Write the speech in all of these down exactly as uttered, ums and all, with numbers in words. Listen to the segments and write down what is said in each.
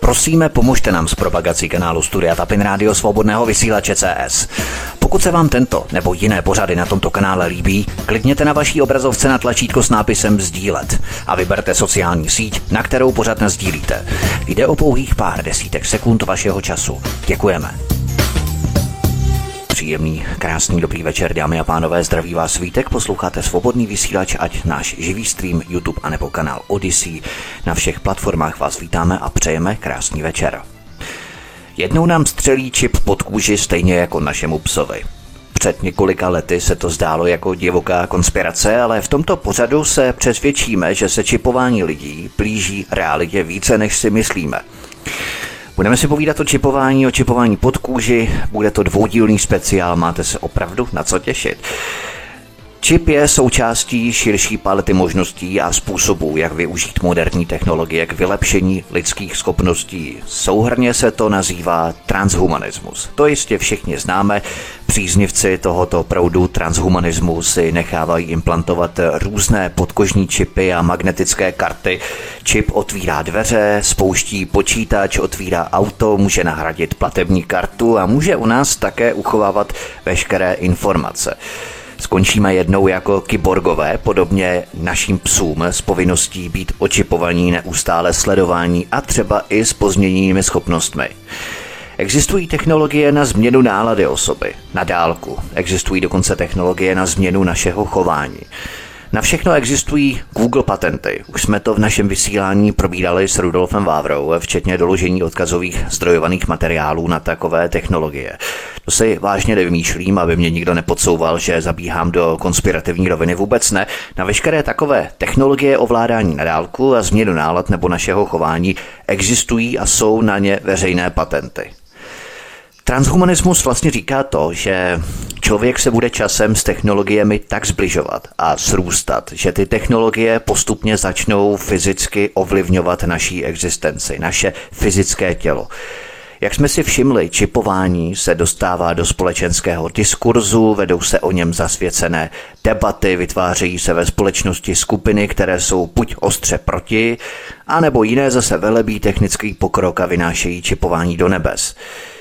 Prosíme, pomožte nám s propagací kanálu Studia Tapin Rádio Svobodného vysílače C S. Pokud se vám tento nebo jiné pořady na tomto kanále líbí, klikněte na vaší obrazovce na tlačítko s nápisem sdílet a vyberte sociální síť, na kterou pořad nasdílíte. Jde o pouhých pár desítek sekund vašeho času. Děkujeme. Příjemný, krásný, dobrý večer, dámy a pánové, zdraví vás Vítek, posloucháte Svobodný vysílač, ať náš živý stream, YouTube anebo kanál Odyssey. Na všech platformách vás vítáme a přejeme krásný večer. Jednou nám střelí čip pod kůži stejně jako našemu psovi. Před několika lety se to zdálo jako divoká konspirace, ale v tomto pořadu se přesvědčíme, že se čipování lidí blíží realitě více, než si myslíme. Budeme si povídat o čipování, o čipování pod kůži, bude to dvoudílný speciál, máte se opravdu na co těšit. Čip je součástí širší palety možností a způsobů, jak využít moderní technologie k vylepšení lidských schopností. Souhrnně se to nazývá transhumanismus. To jistě všichni známe. Příznivci tohoto proudu transhumanismu si nechávají implantovat různé podkožní čipy a magnetické karty. Čip otvírá dveře, spouští počítač, otvírá auto, může nahradit platební kartu a může u nás také uchovávat veškeré informace. Skončíme jednou jako kyborgové, podobně našim psům s povinností být očipovaní, neustále sledování a třeba i s pozměněnými schopnostmi. Existují technologie na změnu nálady osoby, na dálku. Existují dokonce technologie na změnu našeho chování. Na všechno existují Google patenty. Už jsme to v našem vysílání probírali s Rudolfem Vávrou, včetně doložení odkazových zdrojovaných materiálů na takové technologie. To si vážně nevymýšlím, aby mě nikdo nepodsouval, že zabíhám do konspirativní roviny, vůbec ne. Na veškeré takové technologie ovládání na dálku a změnu nálad nebo našeho chování existují a jsou na ně veřejné patenty. Transhumanismus vlastně říká to, že člověk se bude časem s technologiemi tak zbližovat a srůstat, že ty technologie postupně začnou fyzicky ovlivňovat naší existenci, naše fyzické tělo. Jak jsme si všimli, čipování se dostává do společenského diskurzu, vedou se o něm zasvěcené debaty, vytvářejí se ve společnosti skupiny, které jsou buď ostře proti, anebo jiné zase velebí technický pokrok a vynášejí čipování do nebes.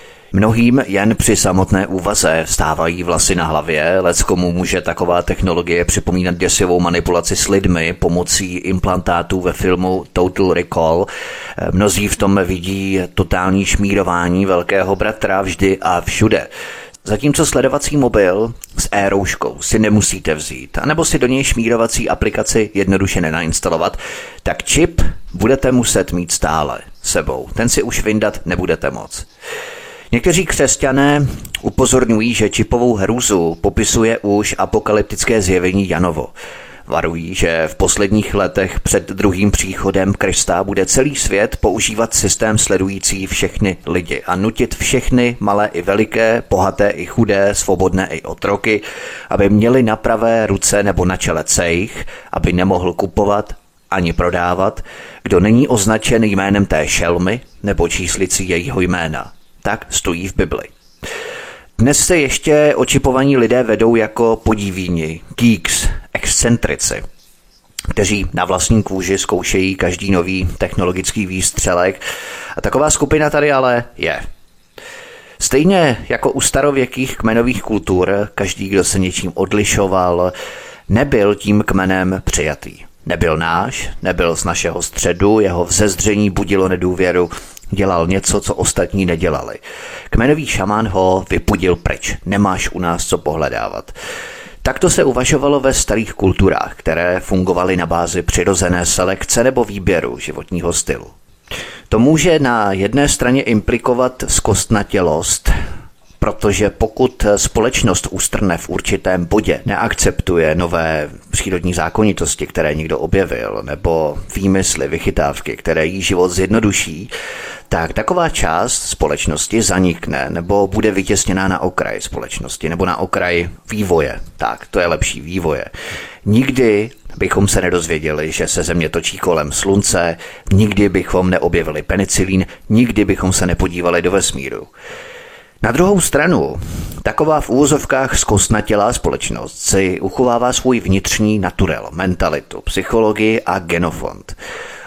Mnohým jen při samotné úvaze vstávají vlasy na hlavě, leckomu může taková technologie připomínat děsivou manipulaci s lidmi pomocí implantátů ve filmu Total Recall. Mnozí v tom vidí totální šmírování velkého bratra vždy a všude. Zatímco sledovací mobil s e-rouškou si nemusíte vzít, anebo si do něj šmírovací aplikaci jednoduše nenainstalovat, tak čip budete muset mít stále sebou. Ten si už vyndat nebudete moc. Někteří křesťané upozorňují, že čipovou hrůzu popisuje už apokalyptické zjevení Janovo. Varují, že v posledních letech před druhým příchodem Krista bude celý svět používat systém sledující všechny lidi a nutit všechny, malé i veliké, bohaté i chudé, svobodné i otroky, aby měli na pravé ruce nebo na čele cejch, aby nemohl kupovat ani prodávat, kdo není označen jménem té šelmy nebo číslicí jejího jména. Tak stojí v Bibli. Dnes se ještě očipovaní lidé vedou jako podívíni, geeks, excentrici, kteří na vlastní kůži zkoušejí každý nový technologický výstřelek. A taková skupina tady ale je. Stejně jako u starověkých kmenových kultur, každý, kdo se něčím odlišoval, nebyl tím kmenem přijatý. Nebyl náš, nebyl z našeho středu, jeho vzezdření budilo nedůvěru, dělal něco, co ostatní nedělali. Kmenový šamán ho vypudil pryč, nemáš u nás co pohledávat. Takto se uvažovalo ve starých kulturách, které fungovaly na bázi přirozené selekce nebo výběru životního stylu. To může na jedné straně implikovat zkostnatělost, protože pokud společnost ustrne v určitém bodě, neakceptuje nové přírodní zákonitosti, které někdo objevil, nebo výmysly, vychytávky, které jí život zjednoduší, tak taková část společnosti zanikne nebo bude vytěsněná na okraj společnosti nebo na okraj vývoje. Tak, to je lepší vývoje. Nikdy bychom se nedozvěděli, že se Země točí kolem Slunce, nikdy bychom neobjevili penicilín, nikdy bychom se nepodívali do vesmíru. Na druhou stranu, taková v úvozovkách zkostnatělá společnost si uchovává svůj vnitřní naturel, mentalitu, psychologii a genofond.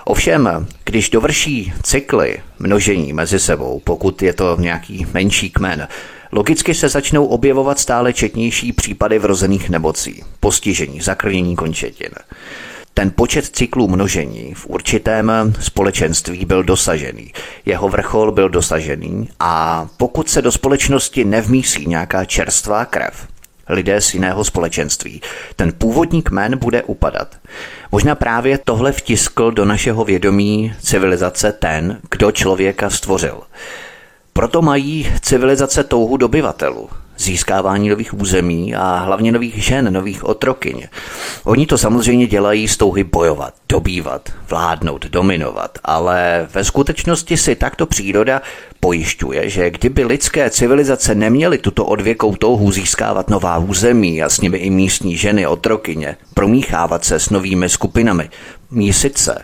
Ovšem, když dovrší cykly množení mezi sebou, pokud je to nějaký menší kmen, logicky se začnou objevovat stále četnější případy vrozených nemocí, postižení, zakrnění končetin. Ten počet cyklů množení v určitém společenství byl dosažený. Jeho vrchol byl dosažený a pokud se do společnosti nevmísí nějaká čerstvá krev, lidé z jiného společenství, ten původní kmen bude upadat. Možná právě tohle vtiskl do našeho vědomí civilizace ten, kdo člověka stvořil. Proto mají civilizace touhu dobyvatelů, získávání nových území a hlavně nových žen, nových otrokyň. Oni to samozřejmě dělají z touhy bojovat, dobývat, vládnout, dominovat, ale ve skutečnosti si takto příroda pojišťuje, že kdyby lidské civilizace neměly tuto odvěkou touhu získávat nová území a s nimi i místní ženy, otrokyně, promíchávat se s novými skupinami, mísit se,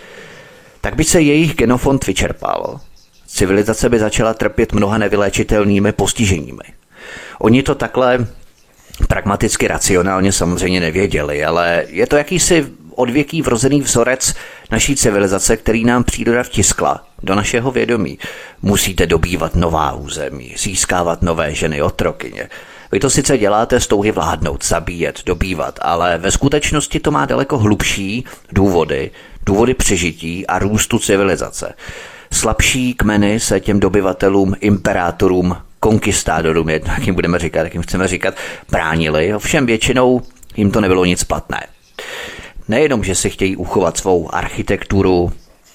tak by se jejich genofond vyčerpal. Civilizace by začala trpět mnoha nevyléčitelnými postiženími. Oni to takhle pragmaticky, racionálně samozřejmě nevěděli, ale je to jakýsi odvěký vrozený vzorec naší civilizace, který nám příroda vtiskla do našeho vědomí. Musíte dobývat nová území, získávat nové ženy, otrokyně. Vy to sice děláte z touhy vládnout, zabíjet, dobývat, ale ve skutečnosti to má daleko hlubší důvody, důvody přežití a růstu civilizace. Slabší kmeny se těm dobyvatelům, imperátorům, konkistádorům, jak jim budeme říkat, jak jim chceme říkat, bránili, ovšem většinou jim to nebylo nic platné. Nejenom, že si chtějí uchovat svou architekturu,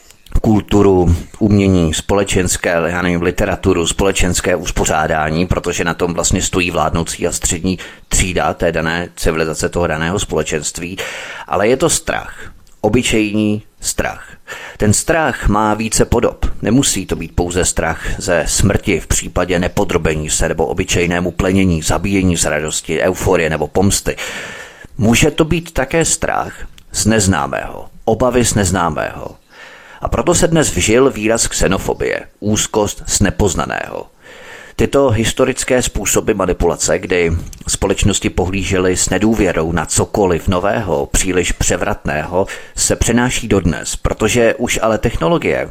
kulturu, umění, společenské, já nevím, literaturu, společenské uspořádání, protože na tom vlastně stojí vládnoucí a střední třída té dané civilizace, toho daného společenství, ale je to strach, obyčejný strach. Ten strach má více podob. Nemusí to být pouze strach ze smrti v případě nepodrobení se nebo obyčejnému plenění, zabíjení z radosti, euforie nebo pomsty. Může to být také strach z neznámého, obavy z neznámého. A proto se dnes vžil výraz xenofobie, úzkost z nepoznaného. Tyto historické způsoby manipulace, kdy společnosti pohlížely s nedůvěrou na cokoliv nového, příliš převratného, se přenáší dodnes, protože už ale technologie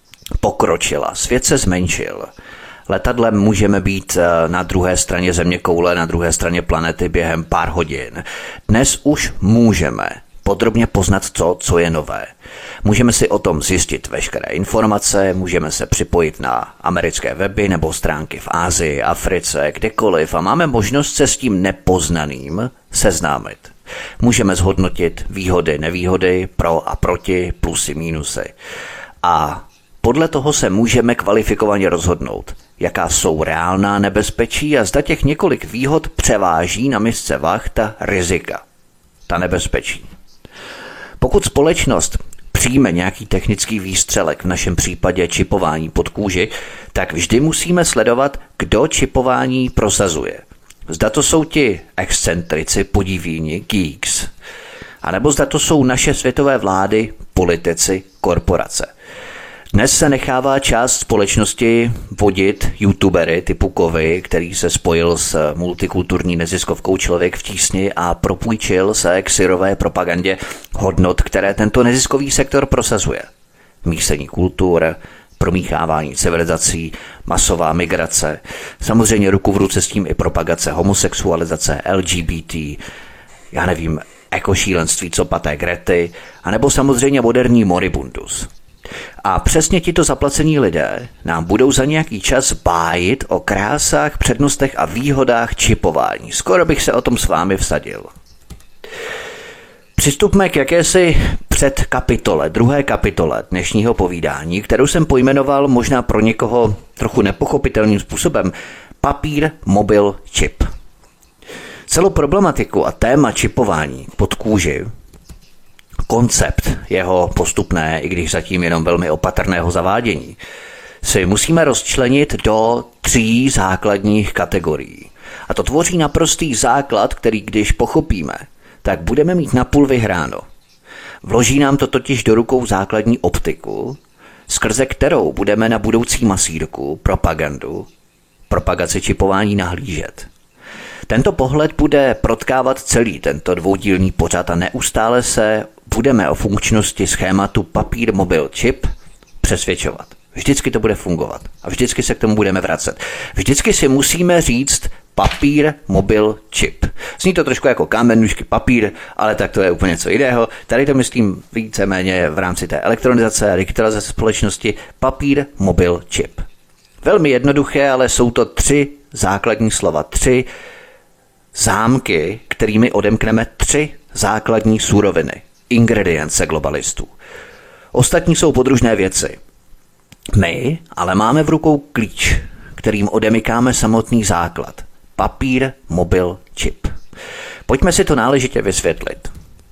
pokročila, svět se zmenšil. Letadlem můžeme být na druhé straně zeměkoule, na druhé straně planety během pár hodin. Dnes už můžeme podrobně poznat to, co je nové. Můžeme si o tom zjistit veškeré informace, můžeme se připojit na americké weby nebo stránky v Asii, Africe, kdekoliv a máme možnost se s tím nepoznaným seznámit. Můžeme zhodnotit výhody, nevýhody, pro a proti, plusy, mínusy. A podle toho se můžeme kvalifikovaně rozhodnout, jaká jsou reálná nebezpečí a zda těch několik výhod převáží na misce vah ta rizika, ta nebezpečí. Pokud společnost přijme nějaký technický výstřelek, v našem případě čipování pod kůži, tak vždy musíme sledovat, kdo čipování prosazuje. Zda to jsou ti excentrici, podivíni, geeks, anebo zda to jsou naše světové vlády, politici, korporace. Dnes se nechává část společnosti vodit youtubery typu Kovy, který se spojil s multikulturní neziskovkou Člověk v tísni a propůjčil se k syrové propagandě hodnot, které tento neziskový sektor prosazuje. Mísení kultur, promíchávání civilizací, masová migrace, samozřejmě ruku v ruce s tím i propagace homosexualizace, L G B T, já nevím, ekošílenství copaté Grety, anebo samozřejmě moderní moribundus. A přesně tito zaplacení lidé nám budou za nějaký čas bájit o krásách, přednostech a výhodách čipování. Skoro bych se o tom s vámi vsadil. Přistupme k jakési předkapitole, druhé kapitole dnešního povídání, kterou jsem pojmenoval možná pro někoho trochu nepochopitelným způsobem papír, mobil, čip. Celou problematiku a téma čipování pod kůži, koncept jeho postupné, i když zatím jenom velmi opatrného zavádění, si musíme rozčlenit do tří základních kategorií. A to tvoří naprostý základ, který když pochopíme, tak budeme mít napůl vyhráno. Vloží nám to totiž do rukou základní optiku, skrze kterou budeme na budoucí masírku, propagandu, propagaci čipování nahlížet. Tento pohled bude protkávat celý tento dvoudílný pořad a neustále se budeme o funkčnosti schématu papír, mobil, čip přesvědčovat. Vždycky to bude fungovat a vždycky se k tomu budeme vracet. Vždycky si musíme říct papír, mobil, čip. Zní to trošku jako kámen, nůžky, papír, ale tak to je úplně něco jiného. Tady to myslím víceméně v rámci té elektronizace a digitalizace společnosti papír, mobil, čip. Velmi jednoduché, ale jsou to tři základní slova, tři zámky, kterými odemkneme tři základní suroviny, ingredience globalistů. Ostatní jsou podružné věci. My ale máme v rukou klíč, kterým odemykáme samotný základ. Papír, mobil, čip. Pojďme si to náležitě vysvětlit.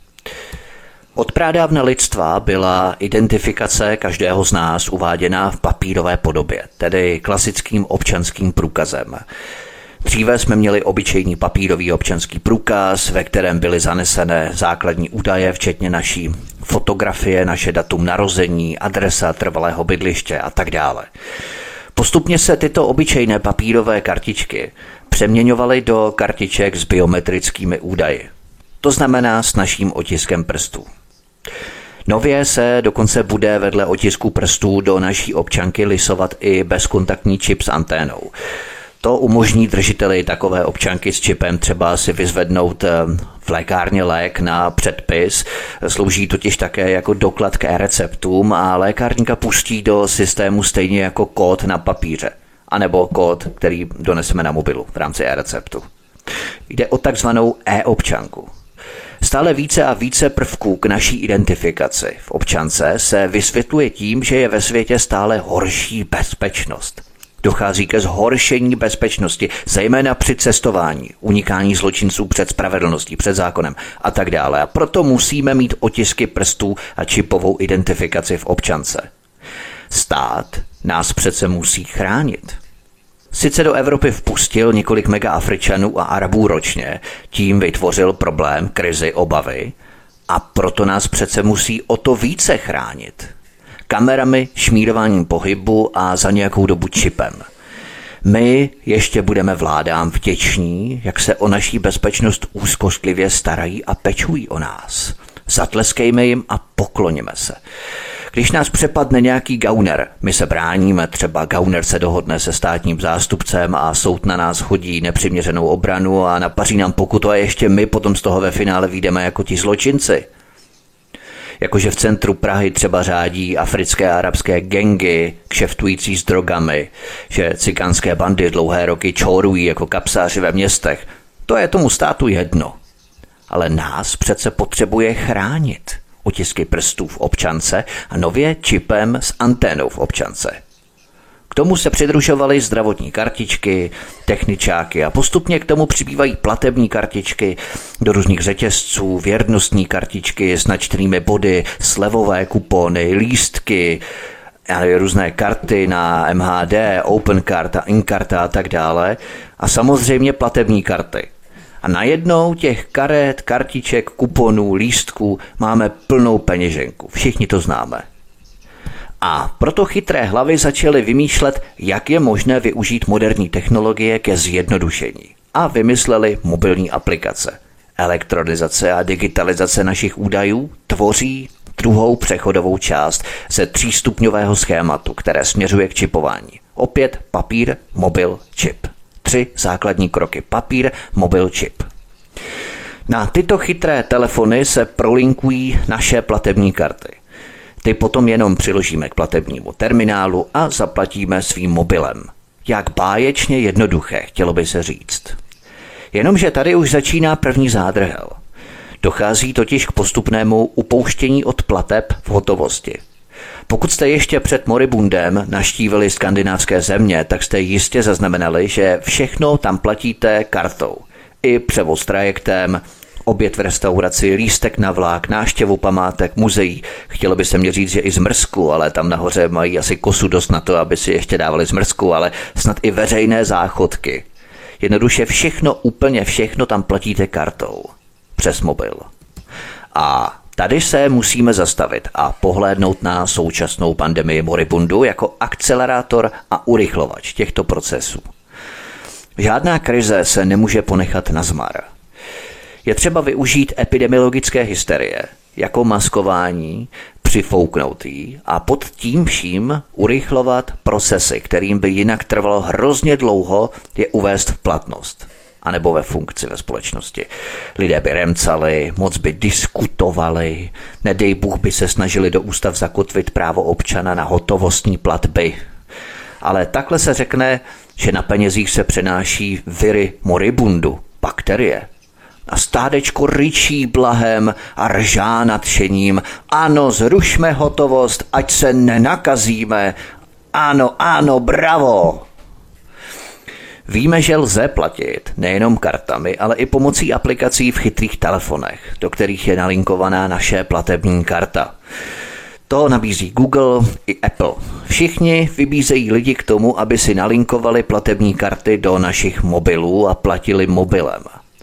Od pradávna lidstva byla identifikace každého z nás uváděna v papírové podobě, tedy klasickým občanským průkazem. Dříve jsme měli obyčejný papírový občanský průkaz, ve kterém byly zanesené základní údaje, včetně naší fotografie, naše datum narození, adresa trvalého bydliště a tak dále. Postupně se tyto obyčejné papírové kartičky přeměňovaly do kartiček s biometrickými údaji. To znamená s naším otiskem prstů. Nově se dokonce bude vedle otisku prstů do naší občanky lisovat i bezkontaktní čip s anténou. To umožní držiteli takové občanky s čipem třeba si vyzvednout v lékárně lék na předpis. Slouží totiž také jako doklad k e-receptům a lékárníka pustí do systému stejně jako kód na papíře, anebo kód, který doneseme na mobilu v rámci e-receptu. Jde o takzvanou e-občanku. Stále více a více prvků k naší identifikaci v občance se vysvětluje tím, že je ve světě stále horší bezpečnost. Dochází ke zhoršení bezpečnosti, zejména při cestování, unikání zločinců před spravedlností, před zákonem a tak dále. A proto musíme mít otisky prstů a čipovou identifikaci v občance. Stát nás přece musí chránit. Sice do Evropy vpustil několik mega Afričanů a Arabů ročně, tím vytvořil problém, krizi, obavy a proto nás přece musí o to více chránit. Kamerami, šmírováním pohybu a za nějakou dobu čipem. My ještě budeme vládám vděční, jak se o naší bezpečnost úzkostlivě starají a pečují o nás. Zatleskejme jim a pokloněme se. Když nás přepadne nějaký gauner, my se bráníme, třeba gauner se dohodne se státním zástupcem a soud na nás hodí nepřiměřenou obranu a napaří nám pokutu a ještě my potom z toho ve finále vyjdeme jako ti zločinci. Jakože v centru Prahy třeba řádí africké a arabské gangy kšeftující s drogami, že cikánské bandy dlouhé roky čórují jako kapsáři ve městech. To je tomu státu jedno. Ale nás přece potřebuje chránit. Otisky prstů v občance a nově čipem s anténou v občance. K tomu se přidružovaly zdravotní kartičky, techničáky a postupně k tomu přibývají platební kartičky do různých řetězců, věrnostní kartičky s načtenými body, slevové kupony, lístky, různé karty na M H D, Open Card a Inkarta a tak dále a samozřejmě platební karty. A najednou těch karet, kartiček, kuponů, lístků máme plnou peněženku. Všichni to známe. A proto chytré hlavy začaly vymýšlet, jak je možné využít moderní technologie ke zjednodušení. A vymysleli mobilní aplikace. Elektronizace a digitalizace našich údajů tvoří druhou přechodovou část ze třístupňového schématu, které směřuje k čipování. Opět papír, mobil, čip. Tři základní kroky. Papír, mobil, čip. Na tyto chytré telefony se prolinkují naše platební karty. Ty potom jenom přiložíme k platebnímu terminálu a zaplatíme svým mobilem. Jak báječně jednoduché, chtělo by se říct. Jenomže tady už začíná první zádrhel. Dochází totiž k postupnému upouštění od plateb v hotovosti. Pokud jste ještě před moribundem naštívili skandinávské země, tak jste jistě zaznamenali, že všechno tam platíte kartou. I převoz trajektem, oběd v restauraci, lístek na vlak, návštěvu památek, muzeí. Chtělo by se mě říct, že i zmrzku, ale tam nahoře mají asi kosu dost na to, aby si ještě dávali zmrzku, ale snad i veřejné záchodky. Jednoduše všechno, úplně všechno tam platíte kartou. Přes mobil. A tady se musíme zastavit a pohlédnout na současnou pandemii moribundu jako akcelerátor a urychlovač těchto procesů. Žádná krize se nemůže ponechat nazmar. Je třeba využít epidemiologické hysterie jako maskování, přifouknout jí a pod tím vším urychlovat procesy, kterým by jinak trvalo hrozně dlouho je uvést v platnost anebo ve funkci ve společnosti. Lidé by remcali, moc by diskutovali, nedej Bůh by se snažili do ústav zakotvit právo občana na hotovostní platby. Ale takhle se řekne, že na penězích se přenáší viry moribundu, bakterie. A stádečko ryčí blahem a ržá nadšením. Ano, zrušme hotovost, ať se nenakazíme. Ano, ano, bravo. Víme, že lze platit nejenom kartami, ale i pomocí aplikací v chytrých telefonech, do kterých je nalinkovaná naše platební karta. To nabízí Google i Apple. Všichni vybízejí lidi k tomu, aby si nalinkovali platební karty do našich mobilů a platili mobilem.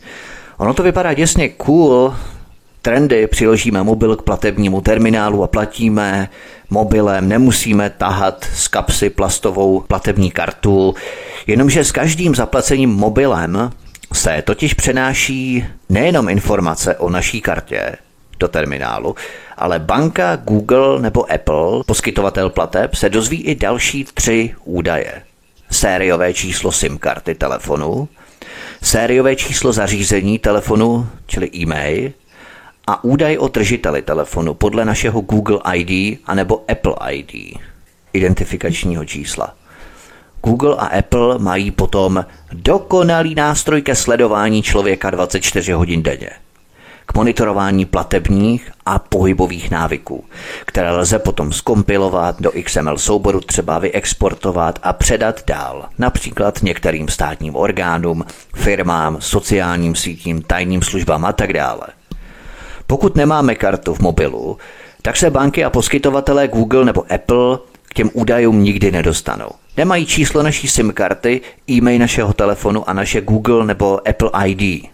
Ono to vypadá děsně cool. Trendy, přiložíme mobil k platebnímu terminálu a platíme mobilem, nemusíme tahat z kapsy plastovou platební kartu, jenomže s každým zaplacením mobilem se totiž přenáší nejenom informace o naší kartě do terminálu, ale banka, Google nebo Apple, poskytovatel plateb, se dozví i další tři údaje. Sériové číslo SIM karty telefonu, sériové číslo zařízení telefonu, čili e-mail, a údaj o držiteli telefonu podle našeho Google I D anebo Apple I D, identifikačního čísla. Google a Apple mají potom dokonalý nástroj ke sledování člověka dvacet čtyři hodin denně, k monitorování platebních a pohybových návyků, které lze potom zkompilovat do X M L souboru, třeba vyexportovat a předat dál, například některým státním orgánům, firmám, sociálním sítím, tajným službám a tak dále. Pokud nemáme kartu v mobilu, tak se banky a poskytovatelé Google nebo Apple k těm údajům nikdy nedostanou. Nemají číslo naší SIM karty, e-mail našeho telefonu a naše Google nebo Apple I D.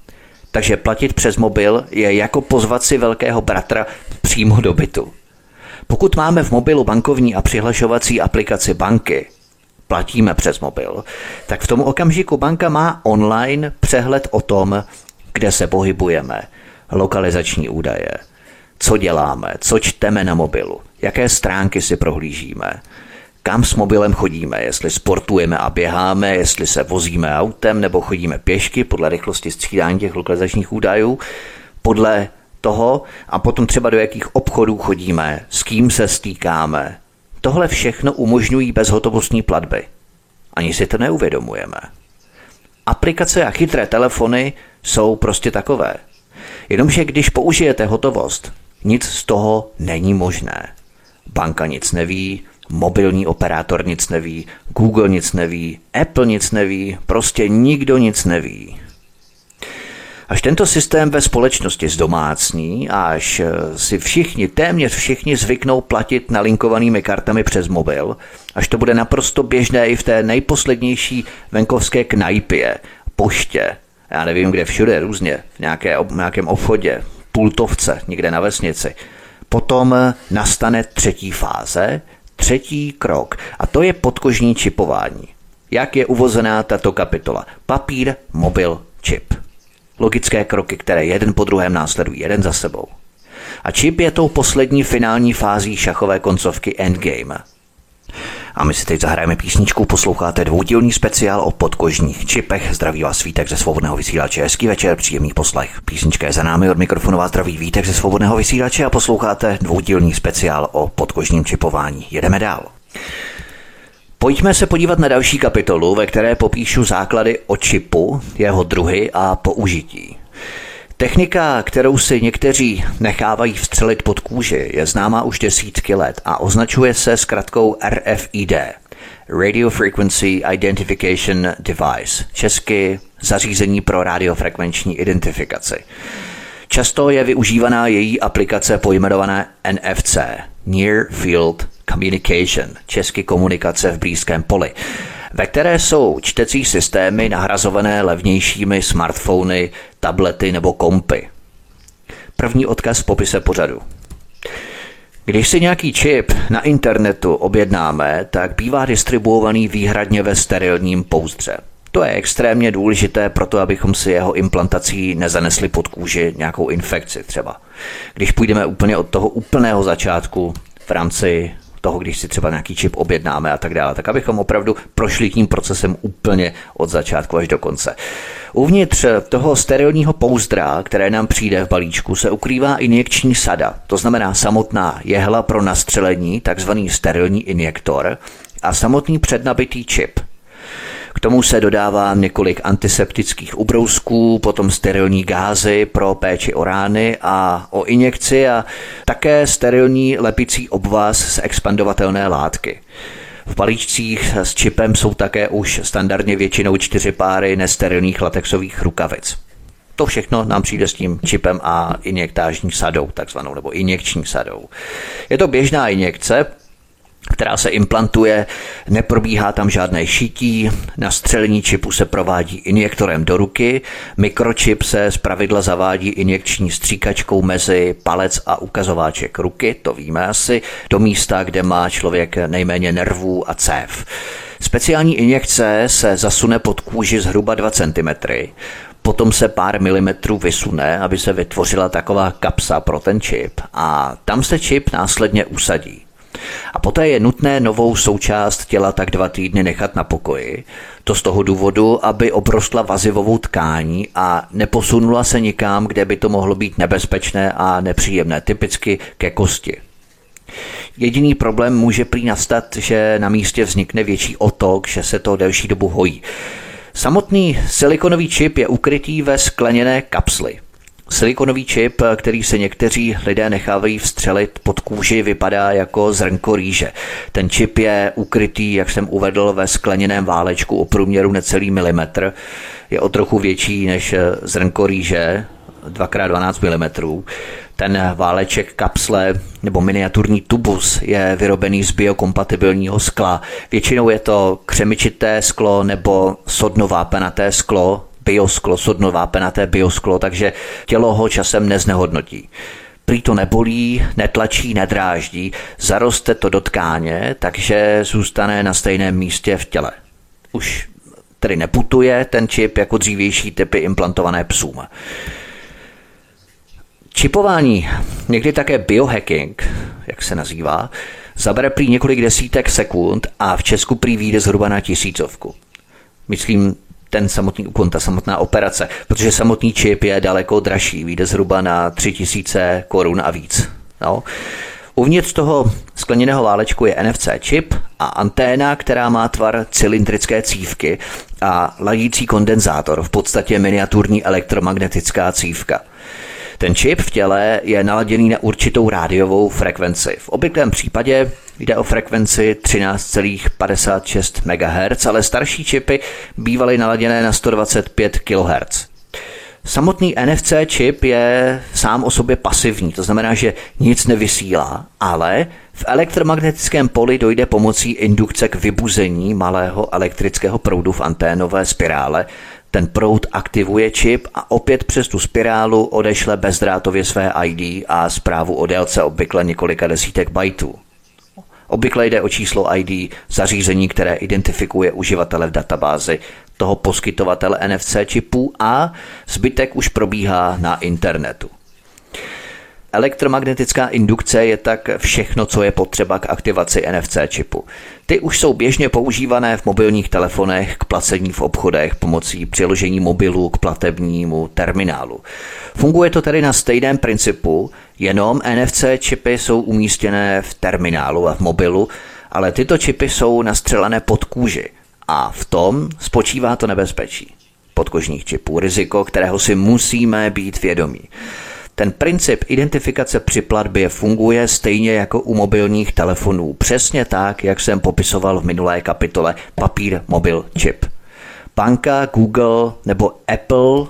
Takže platit přes mobil je jako pozvat si velkého bratra přímo do bytu. Pokud máme v mobilu bankovní a přihlašovací aplikaci banky, platíme přes mobil, tak v tom okamžiku banka má online přehled o tom, kde se pohybujeme, lokalizační údaje, co děláme, co čteme na mobilu, jaké stránky si prohlížíme, kam s mobilem chodíme, jestli sportujeme a běháme, jestli se vozíme autem nebo chodíme pěšky podle rychlosti střídání těch lokalizačních údajů, podle toho a potom třeba do jakých obchodů chodíme, s kým se stýkáme. Tohle všechno umožňují bezhotovostní platby. Ani si to neuvědomujeme. Aplikace a chytré telefony jsou prostě takové. Jenomže když použijete hotovost, nic z toho není možné. Banka nic neví, mobilní operátor nic neví, Google nic neví, Apple nic neví, prostě nikdo nic neví. Až tento systém ve společnosti zdomácní a až si všichni, téměř všichni zvyknou platit nalinkovanými kartami přes mobil, až to bude naprosto běžné i v té nejposlednější venkovské knajpě, poště, já nevím kde všude různě, v nějaké, nějakém obchodě, pultovce, někde na vesnici. Potom nastane třetí fáze, třetí krok a to je podkožní čipování. Jak je uvozená tato kapitola? Papír, mobil, čip. Logické kroky, které jeden po druhém následují, jeden za sebou. A čip je tou poslední finální fází šachové koncovky Endgame. A my si teď zahrajeme písničku, posloucháte dvoudílný speciál o podkožních čipech. Zdraví vás Vítek ze Svobodného vysílače. Hezký večer, příjemný poslech. Písnička je za námi, od mikrofonu vás zdraví Vítek ze Svobodného vysílače a posloucháte dvoudílný speciál o podkožním čipování. Jedeme dál. Pojďme se podívat na další kapitolu, ve které popíšu základy o čipu, jeho druhy a použití. Technika, kterou si někteří nechávají vstřelit pod kůži, je známá už desítky let a označuje se zkratkou R F I D, Radio Frequency Identification Device, česky zařízení pro radiofrekvenční identifikaci. Často je využívaná její aplikace pojmenovaná N F C, Near Field Communication, česky komunikace v blízkém poli, ve které jsou čtecí systémy nahrazované levnějšími smartfony, tablety nebo kompy. První odkaz v popise pořadu. Když si nějaký čip na internetu objednáme, tak bývá distribuovaný výhradně ve sterilním pouzdře. To je extrémně důležité proto, abychom si jeho implantací nezanesli pod kůži nějakou infekci třeba. Když půjdeme úplně od toho úplného začátku v rámci toho, když si třeba nějaký čip objednáme a tak dále, tak abychom opravdu prošli tím procesem úplně od začátku až do konce. Uvnitř toho sterilního pouzdra, které nám přijde v balíčku, se ukrývá injekční sada, to znamená samotná jehla pro nastřelení, takzvaný sterilní injektor a samotný přednabitý čip. K tomu se dodává několik antiseptických ubrousků, potom sterilní gázy pro péči o rány a o injekci a také sterilní lepicí obvaz z expandovatelné látky. V balíčcích s čipem jsou také už standardně většinou čtyři páry nesterilních latexových rukavic. To všechno nám přijde s tím čipem a injektážní sadou, takzvanou, nebo injekční sadou. Je to běžná injekce, která se implantuje, neprobíhá tam žádné šití, nastřelení čipu se provádí injektorem do ruky, mikročip se zpravidla zavádí injekční stříkačkou mezi palec a ukazováček ruky, to víme asi, do místa, kde má člověk nejméně nervů a cév. Speciální injekce se zasune pod kůži zhruba dva centimetry, potom se pár milimetrů vysune, aby se vytvořila taková kapsa pro ten čip a tam se čip následně usadí. A poté je nutné novou součást těla tak dva týdny nechat na pokoji. To z toho důvodu, aby obrostla vazivovou tkání a neposunula se nikam, kde by to mohlo být nebezpečné a nepříjemné, typicky ke kosti. Jediný problém může prý nastat, že na místě vznikne větší otok, že se to delší dobu hojí. Samotný silikonový čip je ukrytý ve skleněné kapsli. Silikonový čip, který se někteří lidé nechávají vstřelit pod kůži, vypadá jako zrnko rýže. Ten čip je ukrytý, jak jsem uvedl, ve skleněném válečku o průměru necelý milimetr. Je o trochu větší než zrnko rýže, dva krát dvanáct milimetrů. Ten váleček kapsle nebo miniaturní tubus je vyrobený z biokompatibilního skla. Většinou je to křemičité sklo nebo sodnovápenaté sklo, biosklo, sodnovápenaté biosklo, takže tělo ho časem neznehodnotí. Prý to nebolí, netlačí, nedráždí, zaroste to do tkáně, takže zůstane na stejném místě v těle. Už tedy neputuje ten čip jako dřívější typy implantované psům. Čipování, někdy také biohacking, jak se nazývá, zabere prý několik desítek sekund a v Česku prý vyjde zhruba na tisícovku. Myslím, ten samotný úkon, ta samotná operace, protože samotný čip je daleko dražší, vyjde zhruba na tři tisíce korun a víc. No. Uvnitř toho skleněného válečku je N F C čip a anténa, která má tvar cylindrické cívky a ladící kondenzátor, v podstatě miniaturní elektromagnetická cívka. Ten čip v těle je naladěný na určitou rádiovou frekvenci. V obvyklém případě jde o frekvenci třináct celá padesát šest megahertzů, ale starší čipy bývaly naladěné na sto dvacet pět kilohertzů. Samotný N F C čip je sám o sobě pasivní, to znamená, že nic nevysílá, ale v elektromagnetickém poli dojde pomocí indukce k vybuzení malého elektrického proudu v anténové spirále. Ten proud aktivuje čip a opět přes tu spirálu odešle bezdrátově své I D a zprávu o délce obvykle několika desítek bajtů. Obvykle jde o číslo I D zařízení, které identifikuje uživatele v databázi toho poskytovatele N F C čipů a zbytek už probíhá na internetu. Elektromagnetická indukce je tak všechno, co je potřeba k aktivaci N F C čipu. Ty už jsou běžně používané v mobilních telefonech k placení v obchodech pomocí přiložení mobilu k platebnímu terminálu. Funguje to tedy na stejném principu, jenom N F C čipy jsou umístěné v terminálu a v mobilu, ale tyto čipy jsou nastřelené pod kůži a v tom spočívá to nebezpečí podkožních čipů, riziko, kterého si musíme být vědomí. Ten princip identifikace při platbě funguje stejně jako u mobilních telefonů. Přesně tak, jak jsem popisoval v minulé kapitole papír, mobil, čip. Banka, Google nebo Apple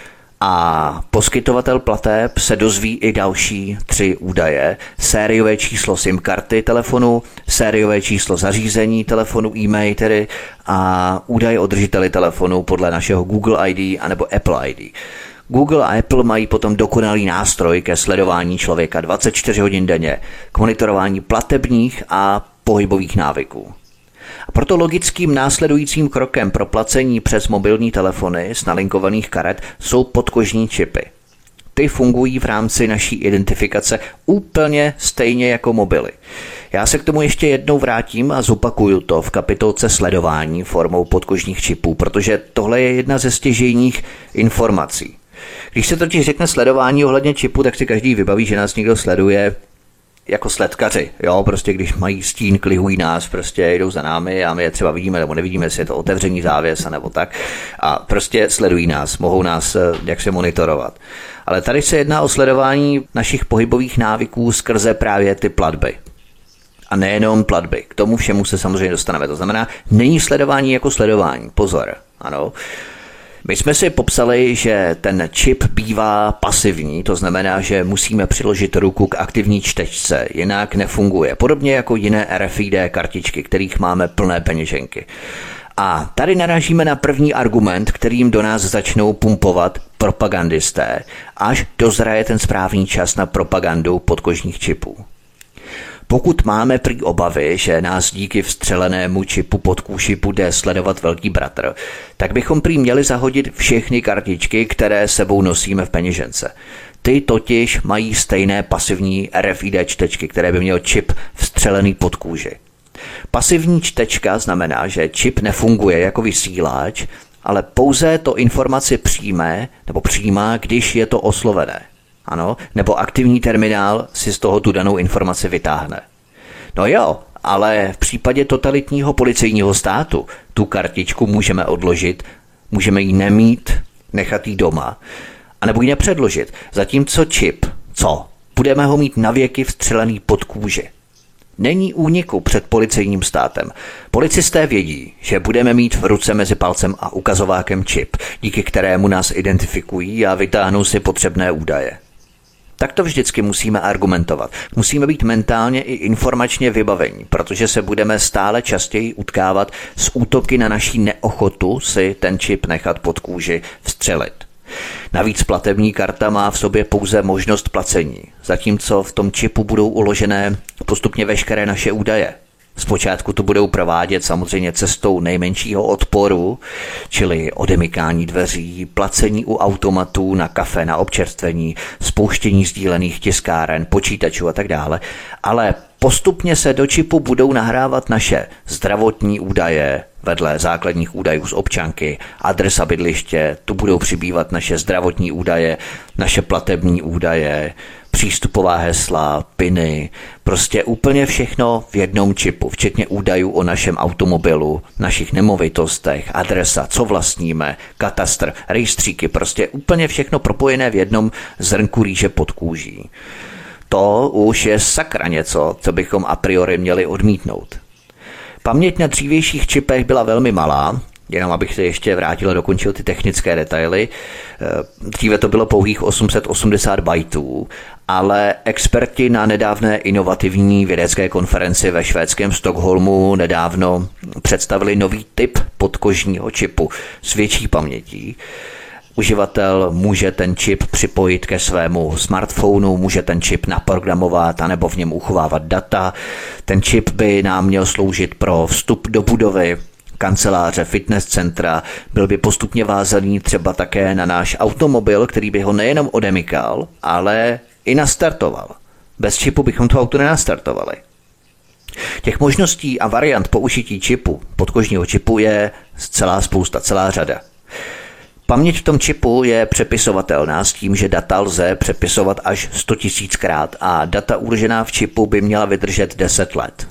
a poskytovatel plateb se dozví i další tři údaje. Sériové číslo SIM karty telefonu, sériové číslo zařízení telefonu, e-mail tedy a údaje o držiteli telefonu podle našeho Google I D anebo Apple I D. Google a Apple mají potom dokonalý nástroj ke sledování člověka dvacet čtyři hodin denně, k monitorování platebních a pohybových návyků. A proto logickým následujícím krokem pro placení přes mobilní telefony z nalinkovaných karet jsou podkožní čipy. Ty fungují v rámci naší identifikace úplně stejně jako mobily. Já se k tomu ještě jednou vrátím a zopakuju to v kapitolce sledování formou podkožních čipů, protože tohle je jedna ze stěžejních informací. Když se totiž řekne sledování ohledně čipu, tak si každý vybaví, že nás někdo sleduje jako sledkaři, jo, prostě když mají stín, klihují nás, prostě jdou za námi a my je třeba vidíme nebo nevidíme, jestli je to otevřený závěs a nebo tak a prostě sledují nás, mohou nás jak se monitorovat. Ale tady se jedná o sledování našich pohybových návyků skrze právě ty platby. A nejenom platby, k tomu všemu se samozřejmě dostaneme. To znamená, není sledování jako sledování, pozor, ano. My jsme si popsali, že ten čip bývá pasivní, to znamená, že musíme přiložit ruku k aktivní čtečce, jinak nefunguje. Podobně jako jiné R F I D kartičky, kterých máme plné peněženky. A tady narážíme na první argument, kterým do nás začnou pumpovat propagandisté, až dozraje ten správný čas na propagandu podkožních čipů. Pokud máme prý obavy, že nás díky vstřelenému čipu pod kůži bude sledovat velký bratr, tak bychom prý měli zahodit všechny kartičky, které sebou nosíme v peněžence. Ty totiž mají stejné pasivní R F I D čtečky, které by měl čip vstřelený pod kůži. Pasivní čtečka znamená, že čip nefunguje jako vysílač, ale pouze to informaci přijme nebo přijímá, když je to oslovené. Ano, nebo aktivní terminál si z toho tu danou informaci vytáhne. No jo, ale v případě totalitního policejního státu tu kartičku můžeme odložit, můžeme ji nemít, nechat ji doma, anebo ji nepředložit, zatímco čip, co? Budeme ho mít navěky vstřelený pod kůži. Není úniku před policejním státem. Policisté vědí, že budeme mít v ruce mezi palcem a ukazovákem čip, díky kterému nás identifikují a vytáhnou si potřebné údaje. Tak to vždycky musíme argumentovat. Musíme být mentálně i informačně vybavení, protože se budeme stále častěji utkávat s útoky na naší neochotu si ten čip nechat pod kůži vstřelit. Navíc platební karta má v sobě pouze možnost placení, zatímco v tom čipu budou uložené postupně veškeré naše údaje. Zpočátku to budou provádět samozřejmě cestou nejmenšího odporu, čili odemykání dveří, placení u automatů, na kafe, na občerstvení, spouštění sdílených tiskáren, počítačů a tak dále, ale postupně se do čipu budou nahrávat naše zdravotní údaje, vedle základních údajů z občanky, adresa bydliště, tu budou přibývat naše zdravotní údaje, naše platební údaje, přístupová hesla, piny, prostě úplně všechno v jednom čipu, včetně údajů o našem automobilu, našich nemovitostech, adresa, co vlastníme, katastr, rejstříky, prostě úplně všechno propojené v jednom zrnku rýže pod kůží. To už je sakra něco, co bychom a priori měli odmítnout. Paměť na dřívějších čipech byla velmi malá, jenom abych se ještě vrátil a dokončil ty technické detaily. Dříve to bylo pouhých osm set osmdesát bajtů, ale experti na nedávné inovativní vědecké konferenci ve švédském Stockholmu nedávno představili nový typ podkožního čipu s větší pamětí. Uživatel může ten čip připojit ke svému smartphonu, může ten čip naprogramovat anebo v něm uchovávat data. Ten čip by nám měl sloužit pro vstup do budovy, kanceláře, fitness centra, byl by postupně vázaný třeba také na náš automobil, který by ho nejenom odemykal, ale i nastartoval. Bez čipu bychom to auto nenastartovali. Těch možností a variant použití čipu, podkožního čipu je celá spousta, celá řada. Paměť v tom čipu je přepisovatelná s tím, že data lze přepisovat až sto tisíckrát a data uložená v čipu by měla vydržet deset let.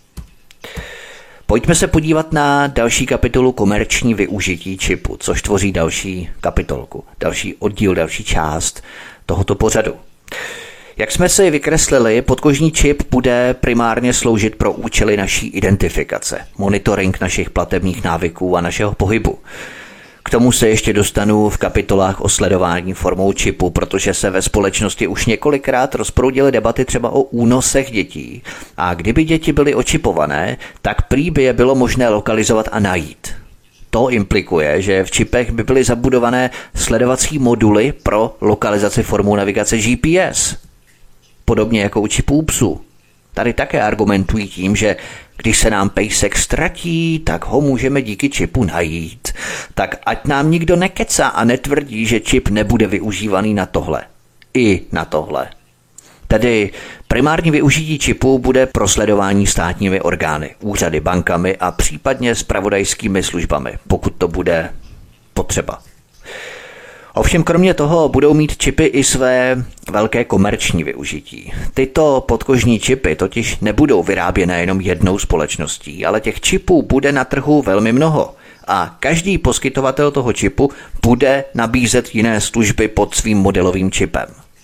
Pojďme se podívat na další kapitolu komerční využití čipu, což tvoří další kapitolku, další oddíl, další část tohoto pořadu. Jak jsme si vykreslili, podkožní čip bude primárně sloužit pro účely naší identifikace, monitoring našich platebních návyků a našeho pohybu. K tomu se ještě dostanu v kapitolách o sledování formou čipu, protože se ve společnosti už několikrát rozproudily debaty třeba o únosech dětí. A kdyby děti byly očipované, tak prý by je bylo možné lokalizovat a najít. To implikuje, že v čipech by byly zabudované sledovací moduly pro lokalizaci formou navigace G P S. Podobně jako u čipů psů. Tady také argumentují tím, že když se nám pejsek ztratí, tak ho můžeme díky čipu najít. Tak ať nám nikdo nekecá a netvrdí, že čip nebude využívaný na tohle. i na tohle. Tedy primární využití čipu bude pro sledování státními orgány, úřady, bankami a případně zpravodajskými službami, pokud to bude potřeba. Ovšem kromě toho budou mít čipy i své velké komerční využití. Tyto podkožní čipy totiž nebudou vyráběné jenom jednou společností, ale těch čipů bude na trhu velmi mnoho a každý poskytovatel toho čipu bude nabízet jiné služby pod svým modelovým čipem.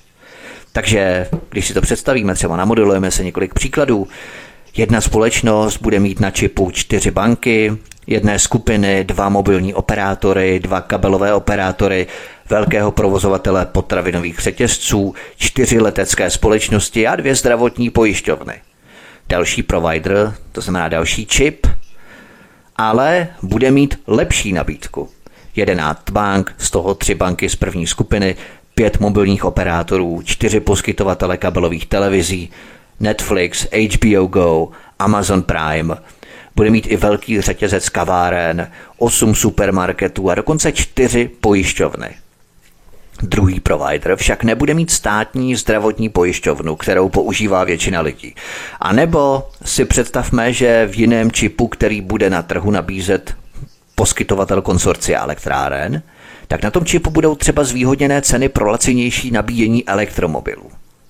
Takže když si to představíme, třeba namodelujeme se několik příkladů, jedna společnost bude mít na čipu čtyři banky, jedné skupiny, dva mobilní operátory, dva kabelové operátory, velkého provozovatele potravinových řetězců, čtyři letecké společnosti a dvě zdravotní pojišťovny. Další provider, to znamená další čip, ale bude mít lepší nabídku. jedenáct bank, z toho tři banky z první skupiny, pět mobilních operátorů, čtyři poskytovatele kabelových televizí, Netflix, H B O Go, Amazon Prime, bude mít i velký řetězec kaváren, osm supermarketů a dokonce čtyři pojišťovny. Druhý provider však nebude mít státní zdravotní pojišťovnu, kterou používá většina lidí. A nebo si představme, že v jiném čipu, který bude na trhu nabízet poskytovatel konsorcia elektráren, tak na tom čipu budou třeba zvýhodněné ceny pro lacinější nabíjení elektromobilů.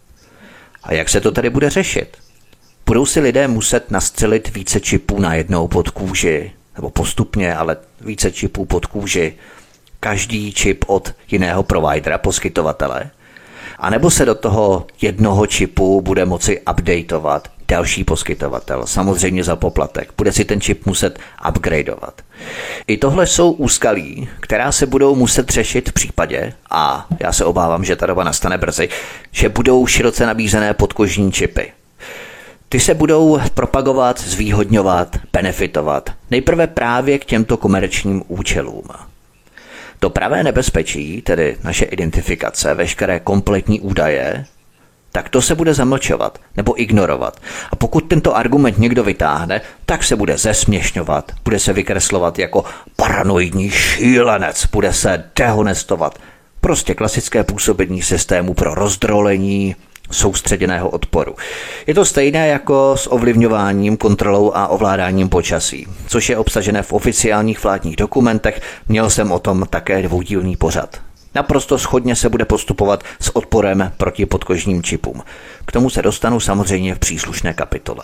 A jak se to tady bude řešit? Budou si lidé muset nastřelit více čipů najednou pod kůži, nebo postupně, ale více čipů pod kůži, každý čip od jiného providera, poskytovatele, a nebo se do toho jednoho čipu bude moci updateovat další poskytovatel, samozřejmě za poplatek. Bude si ten čip muset upgradeovat. I tohle jsou úskalí, která se budou muset řešit v případě, a já se obávám, že ta doba nastane brzy, že budou široce nabízené podkožní čipy. Ty se budou propagovat, zvýhodňovat, benefitovat. Nejprve právě k těmto komerčním účelům. To pravé nebezpečí, tedy naše identifikace, veškeré kompletní údaje, tak to se bude zamlčovat nebo ignorovat. A pokud tento argument někdo vytáhne, tak se bude zesměšňovat, bude se vykreslovat jako paranoidní šílenec, bude se dehonestovat. Prostě klasické působení systému pro rozdrolení soustředěného odporu. Je to stejné jako s ovlivňováním, kontrolou a ovládáním počasí, což je obsažené v oficiálních vládních dokumentech, měl jsem o tom také dvoudílný pořad. Naprosto shodně se bude postupovat s odporem proti podkožním čipům. K tomu se dostanu samozřejmě v příslušné kapitole.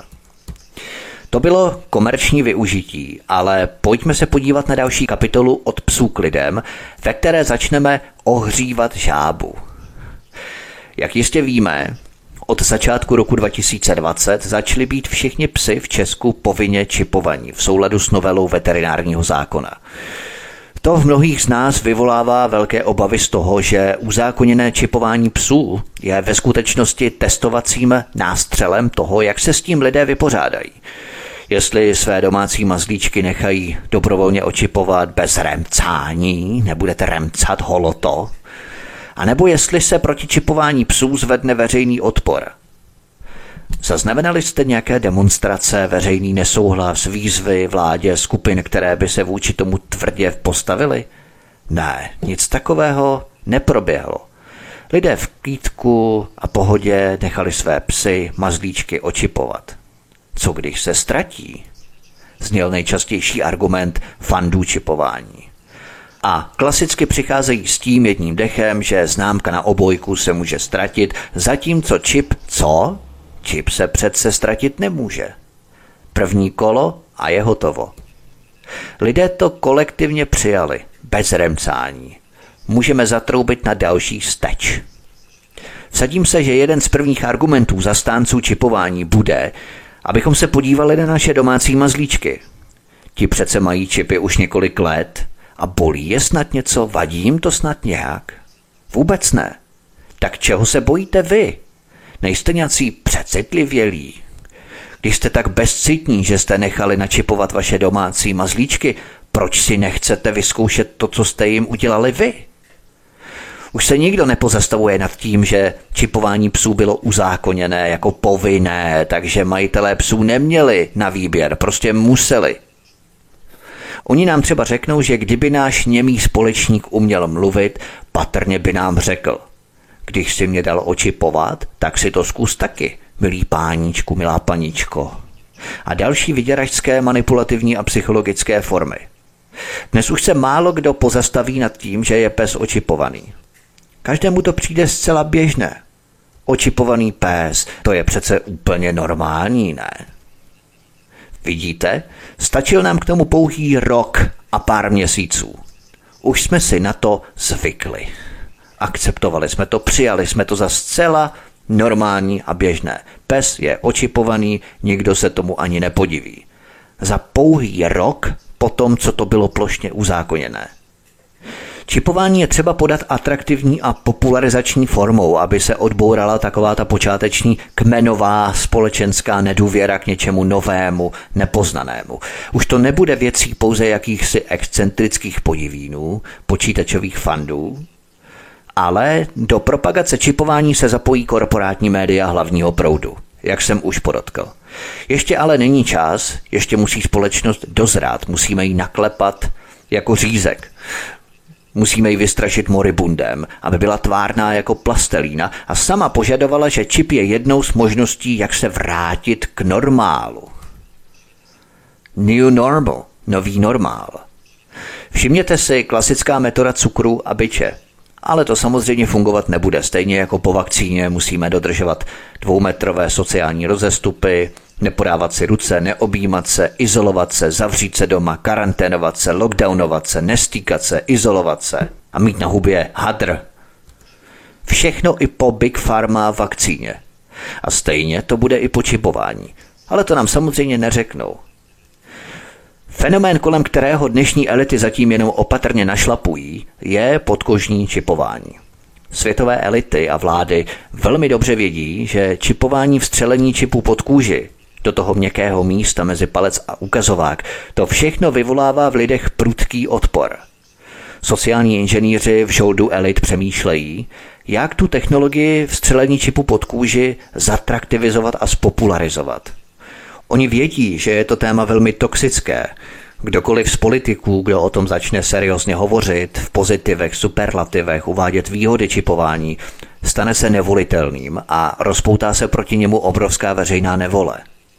To bylo komerční využití, ale pojďme se podívat na další kapitolu Od psů k lidem, ve které začneme ohřívat žábu. Jak jistě víme, od začátku roku dva tisíce dvacet začali být všichni psi v Česku povinně čipovaní v souladu s novelou veterinárního zákona. To v mnohých z nás vyvolává velké obavy z toho, že uzákoněné čipování psů je ve skutečnosti testovacím nástřelem toho, jak se s tím lidé vypořádají. Jestli své domácí mazlíčky nechají dobrovolně očipovat bez remcání, nebudete remcat holoto, a nebo jestli se proti čipování psů zvedne veřejný odpor. Zaznamenali jste nějaké demonstrace, veřejný nesouhlas, výzvy vládě, skupin, které by se vůči tomu tvrdě postavily? Ne, nic takového neproběhlo. Lidé v klídku a pohodě nechali své psy, mazlíčky očipovat. Co když se ztratí? Zněl nejčastější argument fandů čipování. A klasicky přicházejí s tím jedním dechem, že známka na obojku se může ztratit, zatímco čip co? Čip se přece ztratit nemůže. První kolo a je hotovo. Lidé to kolektivně přijali, bez remcání. Můžeme zatroubit na další steč. Vsadím se, že jeden z prvních argumentů zastánců čipování bude, abychom se podívali na naše domácí mazlíčky. Ti přece mají čipy už několik let a bolí je snad něco, vadí jim to snad nějak? Vůbec ne. Tak čeho se bojíte vy? Nejste nějací přecitlivělí? Když jste tak bezcitní, že jste nechali načipovat vaše domácí mazlíčky, proč si nechcete vyzkoušet to, co jste jim udělali vy? Už se nikdo nepozastavuje nad tím, že čipování psů bylo uzákoněné jako povinné, takže majitelé psů neměli na výběr, prostě museli. Oni nám třeba řeknou, že kdyby náš němý společník uměl mluvit, patrně by nám řekl: Když si mě dal očipovat, tak si to zkus taky, milý páníčku, milá paničko. A další vyděračské, manipulativní a psychologické formy. Dnes už se málo kdo pozastaví nad tím, že je pes očipovaný. Každému to přijde zcela běžné. Očipovaný pes, to je přece úplně normální, ne? Vidíte, stačil nám k tomu pouhý rok a pár měsíců. Už jsme si na to zvykli. Akceptovali jsme to, přijali jsme to za zcela normální a běžné. Pes je očipovaný, nikdo se tomu ani nepodiví. Za pouhý rok po tom, co to bylo plošně uzákoněné. Čipování je třeba podat atraktivní a popularizační formou, aby se odbourala taková ta počáteční kmenová společenská nedůvěra k něčemu novému, nepoznanému. Už to nebude věcí pouze jakýchsi excentrických podivínů, počítačových fandů, ale do propagace čipování se zapojí korporátní média hlavního proudu, jak jsem už podotkl. Ještě ale není čas, ještě musí společnost dozrát, musíme ji naklepat jako řízek. Musíme ji vystrašit moribundem, aby byla tvárná jako plastelína a sama požadovala, že čip je jednou z možností, jak se vrátit k normálu. New normal, nový normál. Všimněte si klasická metoda cukru a biče. Ale to samozřejmě fungovat nebude. Stejně jako po vakcíně musíme dodržovat dvoumetrové sociální rozestupy, nepodávat si ruce, neobjímat se, izolovat se, zavřít se doma, karanténovat se, lockdownovat se, nestýkat se, izolovat se a mít na hubě hadr. Všechno i po Big Pharma vakcíně. A stejně to bude i po čipování. Ale to nám samozřejmě neřeknou. Fenomén, kolem kterého dnešní elity zatím jenom opatrně našlapují, je podkožní čipování. Světové elity a vlády velmi dobře vědí, že čipování vstřelení čipu pod kůži, do toho měkkého místa mezi palec a ukazovák, to všechno vyvolává v lidech prudký odpor. Sociální inženýři v žoldu elit přemýšlejí, jak tu technologii vstřelení čipu pod kůži zatraktivizovat a spopularizovat. Oni vědí, že je to téma velmi toxické. Kdokoliv z politiků, kdo o tom začne seriózně hovořit, v pozitivech, superlativech, uvádět výhody čipování, stane se nevolitelným a rozpoutá se proti němu obrovská veřejná nevole.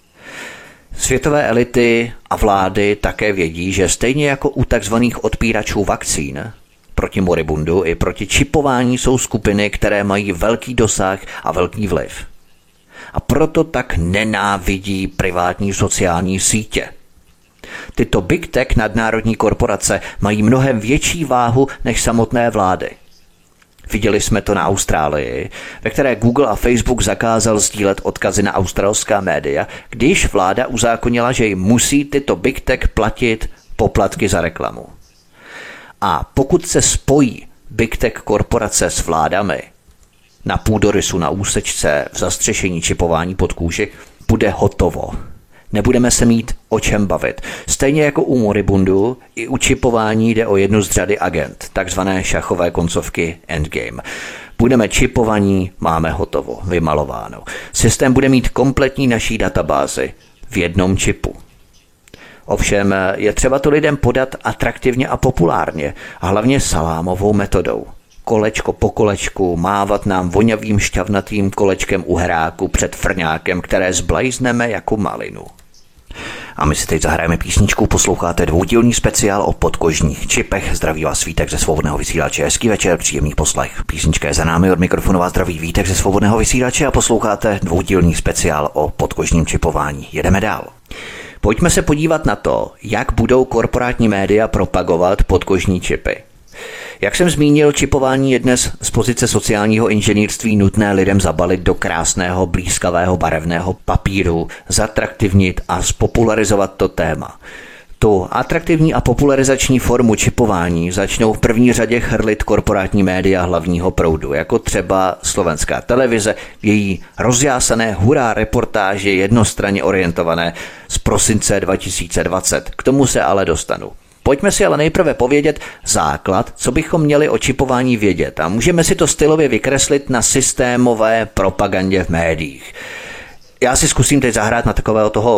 Světové elity a vlády také vědí, že stejně jako u takzvaných odpíračů vakcín, proti moribundu i proti čipování jsou skupiny, které mají velký dosah a velký vliv. A proto tak nenávidí privátní sociální sítě. Tyto big tech nadnárodní korporace mají mnohem větší váhu než samotné vlády. Viděli jsme to na Austrálii, ve které Google a Facebook zakázal sdílet odkazy na australská média, když vláda uzákonila, že jim musí tyto big tech platit poplatky za reklamu. A pokud se spojí big tech korporace s vládami, na půdorysu, na úsečce, v zastřešení čipování pod kůži, bude hotovo. Nebudeme se mít o čem bavit. Stejně jako u moribundu, i u čipování jde o jednu z řady agent, takzvané šachové koncovky endgame. Budeme čipovaní, máme hotovo, vymalováno. Systém bude mít kompletní naší databázi v jednom čipu. Ovšem je třeba to lidem podat atraktivně a populárně, a hlavně salámovou metodou. Kolečko po kolečku, mávat nám vonavým šťavnatým kolečkem u heráku před frňákem, které zblajzneme jako malinu. A my si teď zahrajeme písničku, posloucháte dvoudílný speciál o podkožních čipech. Zdraví vás Vítek ze Svobodného vysílače. Hezký večer, příjemný poslech. Písnička je za námi, od mikrofonu vás zdraví Vítek ze Svobodného vysílače a posloucháte dvoudílný speciál o podkožním čipování. Jedeme dál. Pojďme se podívat na to, jak budou korporátní média propagovat podkožní čipy. Jak jsem zmínil, čipování je dnes z pozice sociálního inženýrství nutné lidem zabalit do krásného, blízkavého, barevného papíru, zatraktivnit a spopularizovat to téma. Tu atraktivní a popularizační formu čipování začnou v první řadě chrlit korporátní média hlavního proudu, jako třeba Slovenská televize, její rozjásané hurá reportáži jednostranně orientované z prosince dva tisíce dvacet. K tomu se ale dostanu. Pojďme si ale nejprve povědět základ, co bychom měli o čipování vědět, a můžeme si to stylově vykreslit na systémové propagandě v médiích. Já si zkusím teď zahrát na takového toho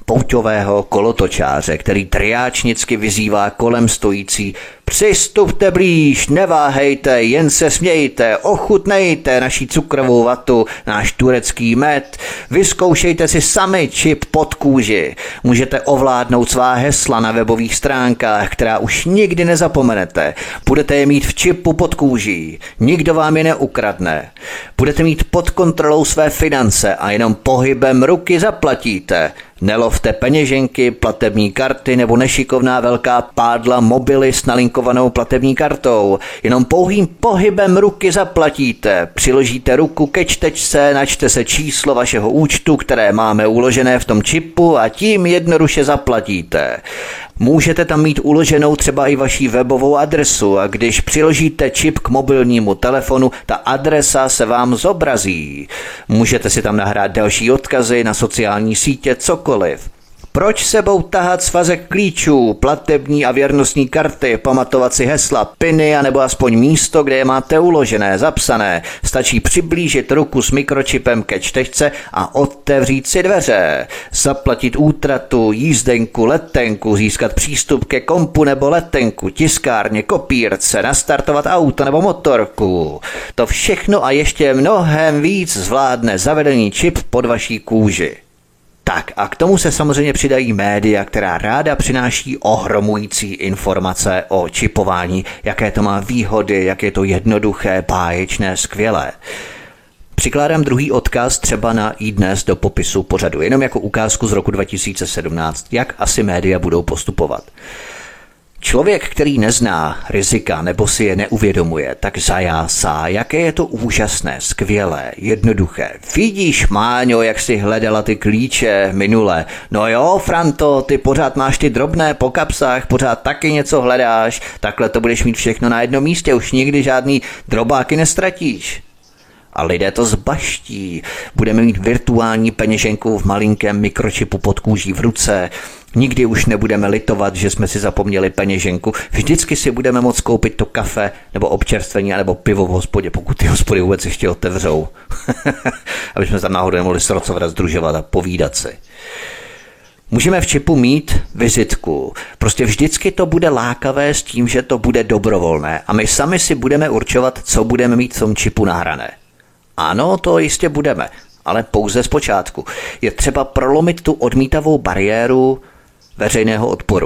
pouťového kolotočáře, který triáčnicky vyzývá kolem stojící: přistupte blíž, neváhejte, jen se smějte, ochutnejte naší cukrovou vatu, náš turecký med, vyzkoušejte si sami čip pod kůži. Můžete ovládnout svá hesla na webových stránkách, která už nikdy nezapomenete. Budete je mít v čipu pod kůží, nikdo vám je neukradne. Budete mít pod kontrolou své finance a jenom pohybem ruky zaplatíte. Nelovte peněženky, platební karty nebo nešikovná velká pádla mobily s nalinkovanou platební kartou. Jenom pouhým pohybem ruky zaplatíte. Přiložíte ruku ke čtečce, načte se číslo vašeho účtu, které máme uložené v tom čipu a tím jednoduše zaplatíte. Můžete tam mít uloženou třeba i vaši webovou adresu a když přiložíte čip k mobilnímu telefonu, ta adresa se vám zobrazí. Můžete si tam nahrát další odkazy na sociální sítě, cokoliv. Proč sebou tahat svazek klíčů, platební a věrnostní karty, pamatovat si hesla, piny a nebo aspoň místo, kde je máte uložené, zapsané? Stačí přiblížit ruku s mikročipem ke čtečce a otevřít si dveře. Zaplatit útratu, jízdenku, letenku, získat přístup ke kompu nebo letenku, tiskárně, kopírce, nastartovat auto nebo motorku. To všechno a ještě mnohem víc zvládne zavedený čip pod vaší kůži. Tak a k tomu se samozřejmě přidají média, která ráda přináší ohromující informace o čipování, jaké to má výhody, jak je to jednoduché, báječné, skvělé. Přikládám druhý odkaz třeba na iDnes do popisu pořadu, jenom jako ukázku z roku dva tisíce sedmnáct, jak asi média budou postupovat. Člověk, který nezná rizika nebo si je neuvědomuje, tak zajásá, jaké je to úžasné, skvělé, jednoduché. Vidíš, Máňo, jak jsi hledala ty klíče minule. No jo, Franto, ty pořád máš ty drobné po kapsách, pořád taky něco hledáš, takhle to budeš mít všechno na jednom místě, už nikdy žádný drobáky nestratíš. A lidé to zbaští. Budeme mít virtuální peněženku v malinkém mikročipu pod kůží v ruce. Nikdy už nebudeme litovat, že jsme si zapomněli peněženku. Vždycky si budeme moct koupit to kafe nebo občerstvení nebo pivo v hospodě, pokud ty hospody vůbec ještě otevřou. Aby jsme tam náhodou nemohli srocovat, združovat a povídat si. Můžeme v čipu mít vizitku. Prostě vždycky to bude lákavé s tím, že to bude dobrovolné a my sami si budeme určovat, co budeme mít v tom čipu nahrané. Ano, to jistě budeme, ale pouze zpočátku. Je třeba prolomit tu odmítavou bariéru veřejného odporu.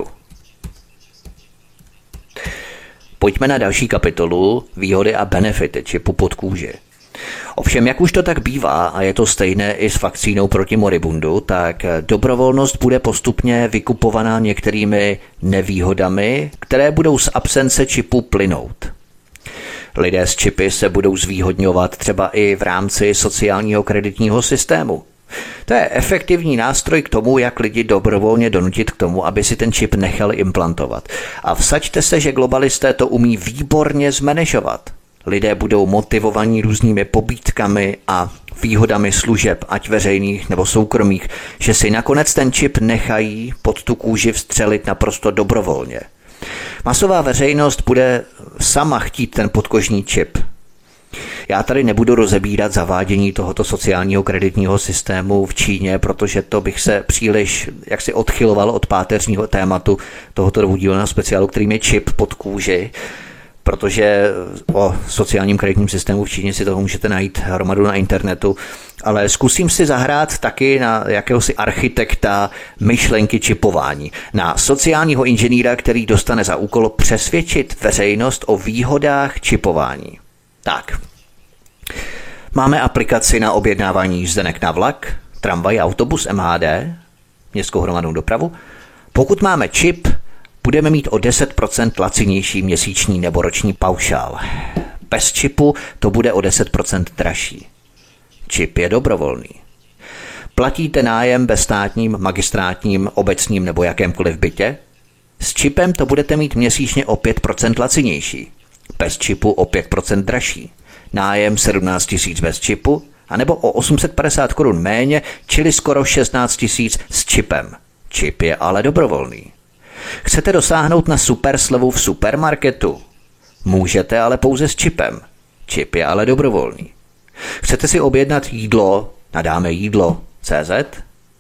Pojďme na další kapitolu výhody a benefity čipu pod kůži. Ovšem, jak už to tak bývá, a je to stejné i s vakcínou proti moribundu, tak dobrovolnost bude postupně vykupovaná některými nevýhodami, které budou z absence čipu plynout. Lidé s čipy se budou zvýhodňovat třeba i v rámci sociálního kreditního systému. To je efektivní nástroj k tomu, jak lidi dobrovolně donutit k tomu, aby si ten čip nechali implantovat. A vsaďte se, že globalisté to umí výborně zmanéžovat. Lidé budou motivovaní různými pobídkami a výhodami služeb, ať veřejných nebo soukromých, že si nakonec ten čip nechají pod tu kůži vstřelit naprosto dobrovolně. Masová veřejnost bude sama chtít ten podkožní čip. Já tady nebudu rozebírat zavádění tohoto sociálního kreditního systému v Číně, protože to bych se příliš jaksi odchyloval od páteřního tématu tohoto dvoudílného speciálu, kterým je čip pod kůži, protože o sociálním kreditním systému v Číně si toho můžete najít hromadu na internetu, ale zkusím si zahrát taky na jakéhosi architekta myšlenky čipování, na sociálního inženýra, který dostane za úkol přesvědčit veřejnost o výhodách čipování. Tak, máme aplikaci na objednávání jízdenek na vlak, tramvaj, autobus, M H D, městskou hromadnou dopravu. Pokud máme čip, budeme mít o deset procent lacinější měsíční nebo roční paušál. Bez čipu to bude o deset procent dražší. Čip je dobrovolný. Platíte nájem ve státním, magistrátním, obecním nebo jakémkoliv bytě? S čipem to budete mít měsíčně o pět procent lacinější. Bez čipu o pět procent dražší. Nájem sedmnáct tisíc bez čipu, anebo o osm set padesát korun méně, čili skoro šestnáct tisíc s čipem. Čip je ale dobrovolný. Chcete dosáhnout na super slevu v supermarketu? Můžete, ale pouze s čipem. Čip je ale dobrovolný. Chcete si objednat jídlo na dáme jídlo tečka cé zet?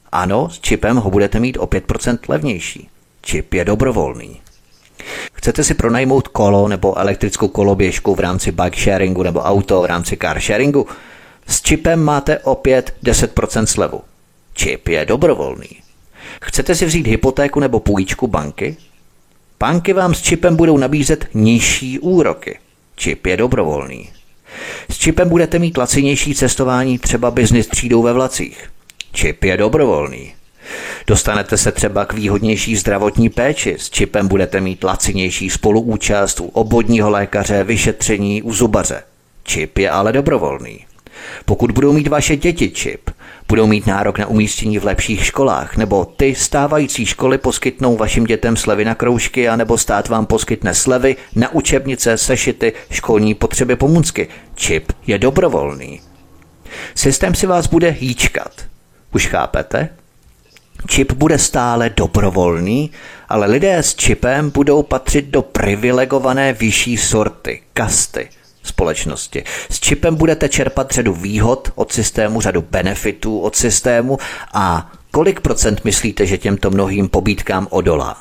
Ano, s čipem ho budete mít o pět procent levnější. Čip je dobrovolný. Chcete si pronajmout kolo nebo elektrickou koloběžku v rámci bike sharingu nebo auto v rámci car sharingu? S čipem máte opět deset procent slevu. Čip je dobrovolný. Chcete si vzít hypotéku nebo půjčku banky? Banky vám s čipem budou nabízet nižší úroky. Čip je dobrovolný. S čipem budete mít lacinější cestování třeba business třídou ve vlacích. Čip je dobrovolný. Dostanete se třeba k výhodnější zdravotní péči. S čipem budete mít lacinější spoluúčast u obvodního lékaře, vyšetření, u zubaře. Čip je ale dobrovolný. Pokud budou mít vaše děti čip, budou mít nárok na umístění v lepších školách, nebo ty stávající školy poskytnou vašim dětem slevy na kroužky, anebo stát vám poskytne slevy na učebnice, sešity, školní potřeby, pomůcky. Čip je dobrovolný. Systém si vás bude hýčkat. Už chápete? Čip bude stále dobrovolný, ale lidé s čipem budou patřit do privilegované vyšší sorty, kasty společnosti. S čipem budete čerpat řadu výhod od systému, řadu benefitů od systému a kolik procent myslíte, že těmto mnohým pobídkám odolá?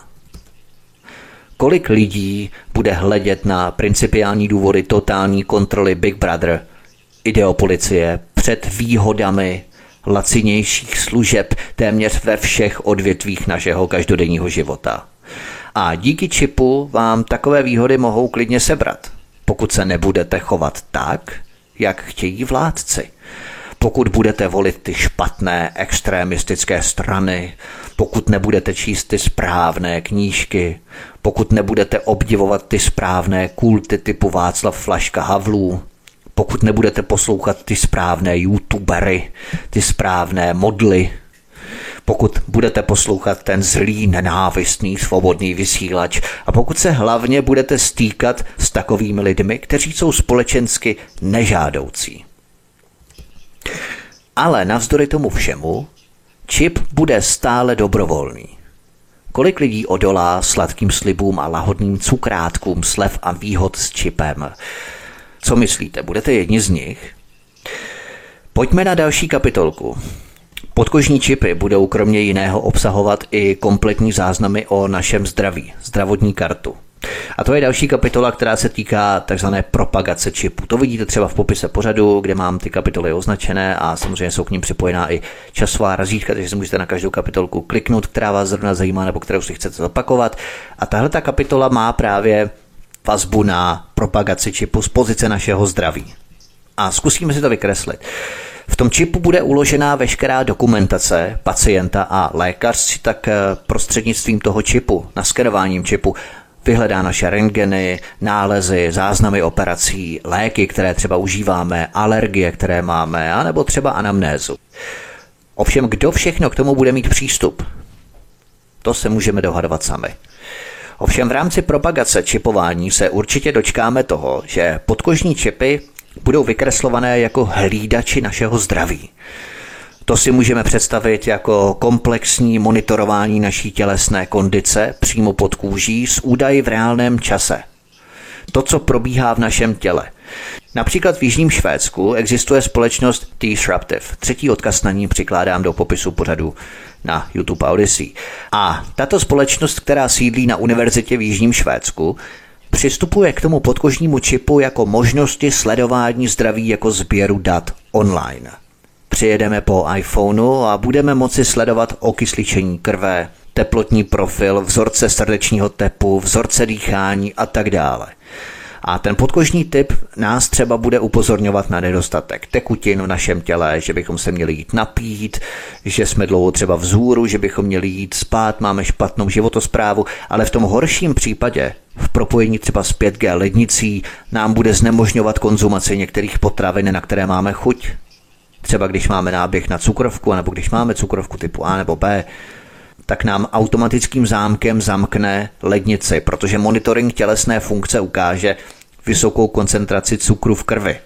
Kolik lidí bude hledět na principiální důvody totální kontroly Big Brother, ideopolicie před výhodami lacinějších služeb téměř ve všech odvětvích našeho každodenního života? A díky čipu vám takové výhody mohou klidně sebrat, pokud se nebudete chovat tak, jak chtějí vládci. Pokud budete volit ty špatné extremistické strany, pokud nebudete číst ty správné knížky, pokud nebudete obdivovat ty správné kulty typu Václav Flaška Havlů, pokud nebudete poslouchat ty správné youtubery, ty správné modly, pokud budete poslouchat ten zlý, nenávistný, svobodný vysílač a pokud se hlavně budete stýkat s takovými lidmi, kteří jsou společensky nežádoucí. Ale navzdory tomu všemu, čip bude stále dobrovolný. Kolik lidí odolá sladkým slibům a lahodným cukrátkům slev a výhod s čipem? Co myslíte, budete jedni z nich? Pojďme na další kapitolku. Podkožní čipy budou kromě jiného obsahovat i kompletní záznamy o našem zdraví, zdravotní kartu. A to je další kapitola, která se týká takzvané propagace čipu. To vidíte třeba v popise pořadu, kde mám ty kapitoly označené a samozřejmě jsou k nim připojená i časová razítka, takže si můžete na každou kapitolku kliknout, která vás zrovna zajímá nebo kterou si chcete zopakovat. A tahle ta kapitola má právě vazbu na propagaci čipu z pozice našeho zdraví. A zkusíme si to vykreslit. V tom čipu bude uložená veškerá dokumentace pacienta a lékař si tak prostřednictvím toho čipu, naskerováním čipu, vyhledá naše rentgeny, nálezy, záznamy operací, léky, které třeba užíváme, alergie, které máme, anebo třeba anamnézu. Ovšem, kdo všechno k tomu bude mít přístup? To se můžeme dohadovat sami. Ovšem v rámci propagace čipování se určitě dočkáme toho, že podkožní čipy budou vykreslované jako hlídači našeho zdraví. To si můžeme představit jako komplexní monitorování naší tělesné kondice přímo pod kůží s údaji v reálném čase. To, co probíhá v našem těle. Například v Jižním Švédsku existuje společnost T-Sruptive. Třetí odkaz na ní přikládám do popisu pořadu na YouTube a Odyssey. A tato společnost, která sídlí na univerzitě v Jižním Švédsku, přistupuje k tomu podkožnímu čipu jako možnosti sledování zdraví jako sběru dat online. Přijedeme po iPhoneu a budeme moci sledovat okysličení krve, teplotní profil, vzorce srdečního tepu, vzorce dýchání a tak dále. A ten podkožní typ nás třeba bude upozorňovat na nedostatek tekutin v našem těle, že bychom se měli jít napít, že jsme dlouho třeba vzhůru, že bychom měli jít spát, máme špatnou životosprávu, ale v tom horším případě, v propojení třeba s pět G lednicí, nám bude znemožňovat konzumaci některých potravin, na které máme chuť. Třeba když máme náběh na cukrovku, nebo když máme cukrovku typu A nebo B, tak nám automatickým zámkem zamkne lednici, protože monitoring tělesné funkce ukáže vysokou koncentraci cukru v krvi.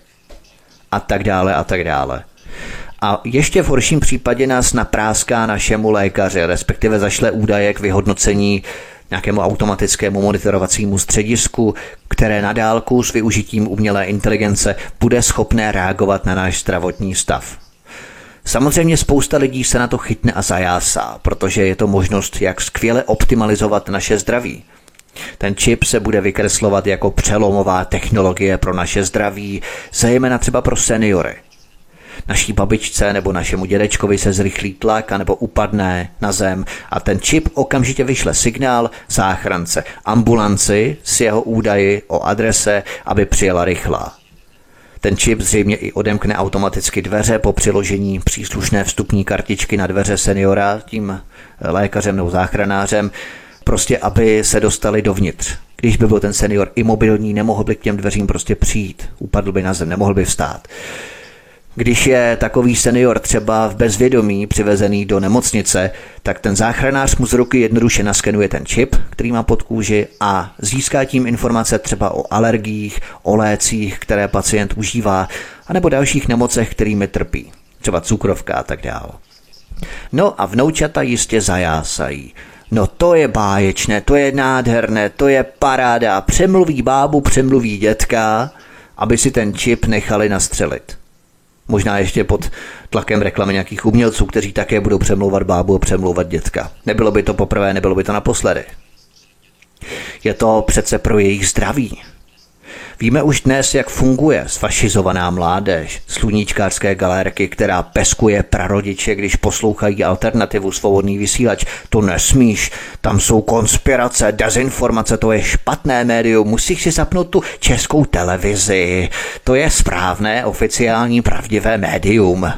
A tak dále, a tak dále. A ještě v horším případě nás napráská našemu lékaři, respektive zašle údaje k vyhodnocení nějakému automatickému monitorovacímu středisku, které na dálku s využitím umělé inteligence bude schopné reagovat na náš zdravotní stav. Samozřejmě spousta lidí se na to chytne a zajásá, protože je to možnost, jak skvěle optimalizovat naše zdraví. Ten čip se bude vykreslovat jako přelomová technologie pro naše zdraví, zejména třeba pro seniory. Naší babičce nebo našemu dědečkovi se zrychlí tlak anebo upadne na zem a ten čip okamžitě vyšle signál záchrance, ambulanci s jeho údaji o adrese, aby přijela rychlá. Ten čip zřejmě i odemkne automaticky dveře po přiložení příslušné vstupní kartičky na dveře seniora tím lékařem nebo záchranářem, prostě aby se dostali dovnitř. Když by byl ten senior imobilní, nemohl by k těm dveřím prostě přijít, upadl by na zem, nemohl by vstát. Když je takový senior třeba v bezvědomí přivezený do nemocnice, tak ten záchranář mu z ruky jednoduše naskenuje ten čip, který má pod kůži a získá tím informace třeba o alergiích, o lécích, které pacient užívá, anebo dalších nemocech, kterými trpí, třeba cukrovka a tak dále. No a vnoučata jistě zajásají. No to je báječné, to je nádherné, to je paráda, přemluví bábu, přemluví dětka, aby si ten čip nechali nastřelit. Možná ještě pod tlakem reklamy nějakých umělců, kteří také budou přemlouvat bábu a přemlouvat dětka. Nebylo by to poprvé, nebylo by to naposledy. Je to přece pro jejich zdraví. Víme už dnes, jak funguje sfašizovaná mládež, sluníčkářské galérky, která peskuje prarodiče, když poslouchají alternativu Svobodný vysílač. To nesmíš, tam jsou konspirace, dezinformace, to je špatné médium, musíš si zapnout tu Českou televizi. To je správné, oficiální, pravdivé médium.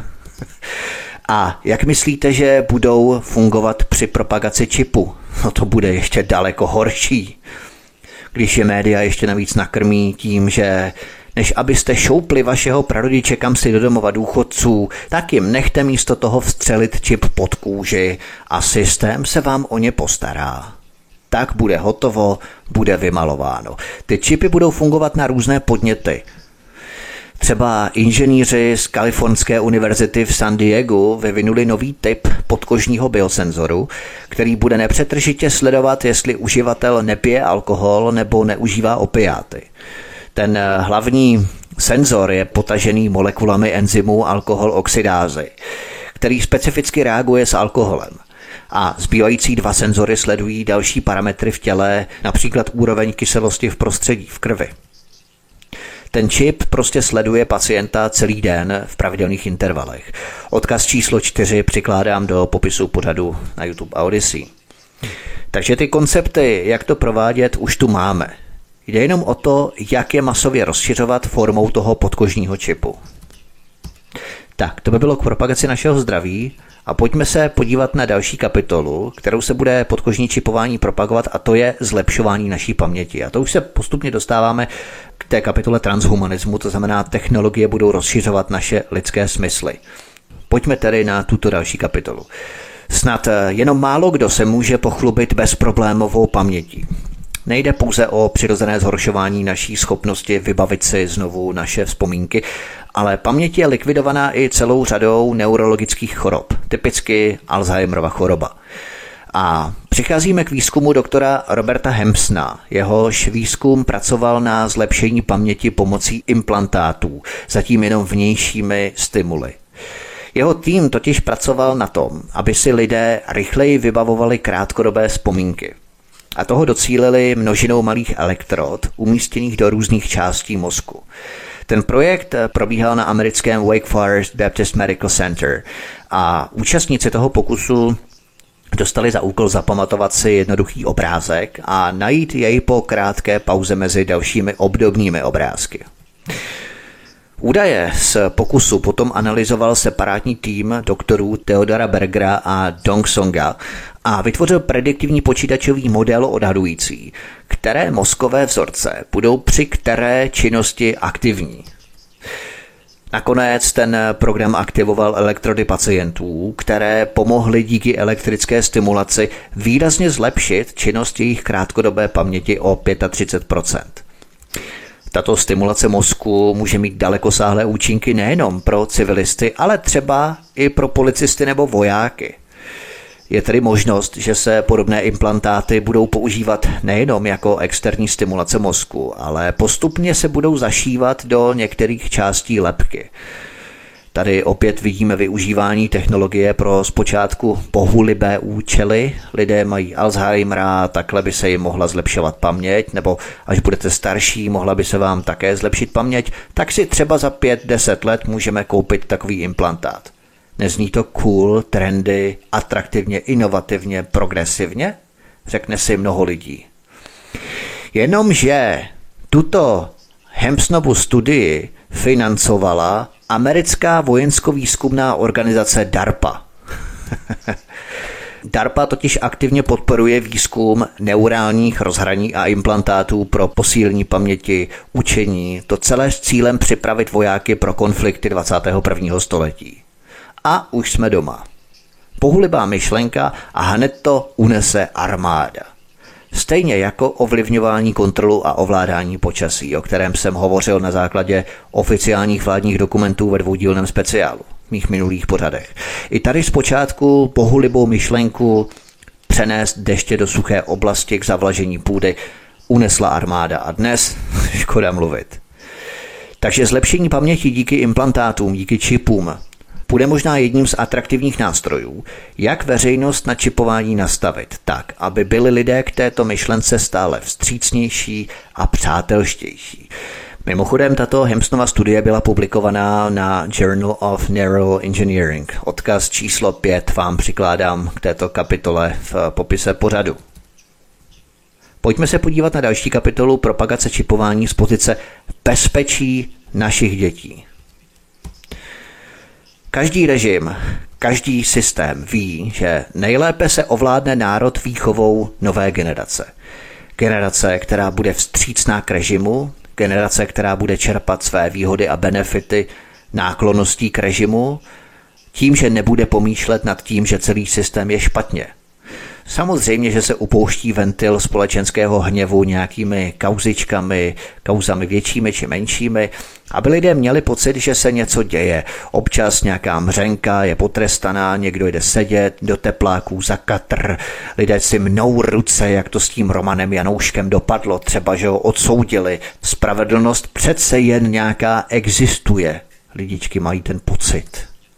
A jak myslíte, že budou fungovat při propagaci čipu? No to bude ještě daleko horší. Když je média ještě navíc nakrmí tím, že než abyste šoupli vašeho prarodiče kam si do domova důchodců, tak jim nechte místo toho vstřelit čip pod kůži a systém se vám o ně postará. Tak bude hotovo, bude vymalováno. Ty čipy budou fungovat na různé podněty. Třeba inženýři z Kalifornské univerzity v San Diegu vyvinuli nový typ podkožního biosenzoru, který bude nepřetržitě sledovat, jestli uživatel nepije alkohol nebo neužívá opiáty. Ten hlavní senzor je potažený molekulami enzymu alkohol oxidázy, který specificky reaguje s alkoholem. A zbývající dva senzory sledují další parametry v těle, například úroveň kyselosti v prostředí, v krvi. Ten čip prostě sleduje pacienta celý den v pravidelných intervalech. Odkaz číslo čtyři přikládám do popisu pořadu na YouTube a Odyssey. Takže ty koncepty, jak to provádět, už tu máme. Jde jenom o to, jak je masově rozšiřovat formou toho podkožního čipu. Tak, to by bylo k propagaci našeho zdraví a pojďme se podívat na další kapitolu, kterou se bude podkožní čipování propagovat, a to je zlepšování naší paměti. A to už se postupně dostáváme k té kapitole transhumanismu, to znamená, technologie budou rozšiřovat naše lidské smysly. Pojďme tedy na tuto další kapitolu. Snad jenom málo kdo se může pochlubit bezproblémovou pamětí. Nejde pouze o přirozené zhoršování naší schopnosti vybavit si znovu naše vzpomínky, ale paměť je likvidovaná i celou řadou neurologických chorob, typicky Alzheimerova choroba. A přicházíme k výzkumu doktora Roberta Hempsona. Jehož výzkum pracoval na zlepšení paměti pomocí implantátů, zatím jenom vnějšími stimuly. Jeho tým totiž pracoval na tom, aby si lidé rychleji vybavovali krátkodobé vzpomínky. A toho docílili množinou malých elektrod umístěných do různých částí mozku. Ten projekt probíhal na americkém Wake Forest Baptist Medical Center a účastníci toho pokusu dostali za úkol zapamatovat si jednoduchý obrázek a najít jej po krátké pauze mezi dalšími obdobnými obrázky. Údaje z pokusu potom analyzoval separátní tým doktorů Theodora Bergera a Dong Songa a vytvořil prediktivní počítačový model odhadující, které mozkové vzorce budou při které činnosti aktivní. Nakonec ten program aktivoval elektrody pacientů, které pomohly díky elektrické stimulaci výrazně zlepšit činnost jejich krátkodobé paměti o třicet pět procent. Tato stimulace mozku může mít dalekosáhlé účinky nejenom pro civilisty, ale třeba i pro policisty nebo vojáky. Je tedy možnost, že se podobné implantáty budou používat nejenom jako externí stimulace mozku, ale postupně se budou zašívat do některých částí lebky. Tady opět vidíme využívání technologie pro zpočátku bohulibé účely. Lidé mají Alzheimera, takhle by se jim mohla zlepšovat paměť, nebo až budete starší, mohla by se vám také zlepšit paměť, tak si třeba za pět deset let můžeme koupit takový implantát. Nezní to cool, trendy, atraktivně, inovativně, progresivně? Řekne si mnoho lidí. Jenomže tuto Hampsonovu studii financovala americká vojensko-výzkumná organizace DARPA. DARPA totiž aktivně podporuje výzkum neurálních rozhraní a implantátů pro posílení paměti, učení, to celé s cílem připravit vojáky pro konflikty dvacátého prvního století. A už jsme doma. Bohulibá myšlenka a hned to unese armáda. Stejně jako ovlivňování, kontrolu a ovládání počasí, o kterém jsem hovořil na základě oficiálních vládních dokumentů ve dvoudílném speciálu v mých minulých pořadech. I tady zpočátku bohulibou myšlenku přenést deště do suché oblasti k zavlažení půdy unesla armáda a dnes škoda mluvit. Takže zlepšení paměti díky implantátům, díky čipům bude možná jedním z atraktivních nástrojů, jak veřejnost na čipování nastavit tak, aby byli lidé k této myšlence stále vstřícnější a přátelštější. Mimochodem, tato Hampsonova studie byla publikovaná na Journal of Neuroengineering. Odkaz číslo pět vám přikládám k této kapitole v popise pořadu. Pojďme se podívat na další kapitolu propagace čipování z pozice bezpečí našich dětí. Každý režim, každý systém ví, že nejlépe se ovládne národ výchovou nové generace. Generace, která bude vstřícná k režimu, generace, která bude čerpat své výhody a benefity náklonností k režimu, tím, že nebude pomýšlet nad tím, že celý systém je špatně. Samozřejmě, že se upouští ventil společenského hněvu nějakými kauzičkami, kauzami většími či menšími, aby lidé měli pocit, že se něco děje. Občas nějaká mřenka je potrestaná, někdo jde sedět do tepláků za katr, lidé si mnou ruce, jak to s tím Romanem Janouškem dopadlo, třeba, že ho odsoudili. Spravedlnost přece jen nějaká existuje. Lidičky mají ten pocit.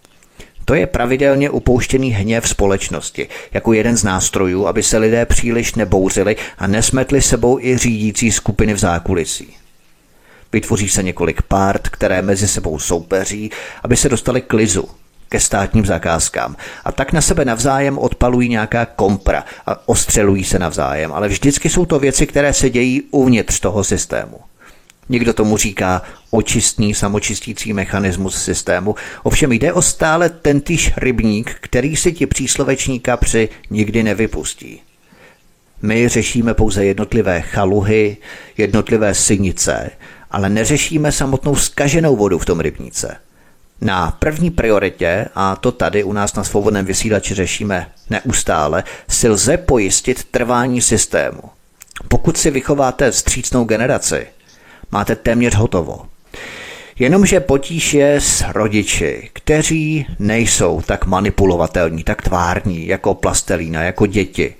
To je pravidelně upouštěný hněv společnosti, jako jeden z nástrojů, aby se lidé příliš nebouřili a nesmetli sebou i řídící skupiny v zákulisí. Vytvoří se několik párt, které mezi sebou soupeří, aby se dostali k lizu, ke státním zakázkám. A tak na sebe navzájem odpalují nějaká kompra a ostřelují se navzájem, ale vždycky jsou to věci, které se dějí uvnitř toho systému. Někdo tomu říká očistný samočistící mechanismus systému, ovšem jde o stále tentýž rybník, který si ti přísloveční kapři nikdy nevypustí. My řešíme pouze jednotlivé chaluhy, jednotlivé synice, ale neřešíme samotnou zkaženou vodu v tom rybníce. Na první prioritě, a to tady u nás na Svobodném vysílači řešíme neustále, si lze pojistit trvání systému. Pokud si vychováte vstřícnou generaci, máte téměř hotovo. Jenomže potíž je s rodiči, kteří nejsou tak manipulovatelní, tak tvární jako plastelína, jako děti.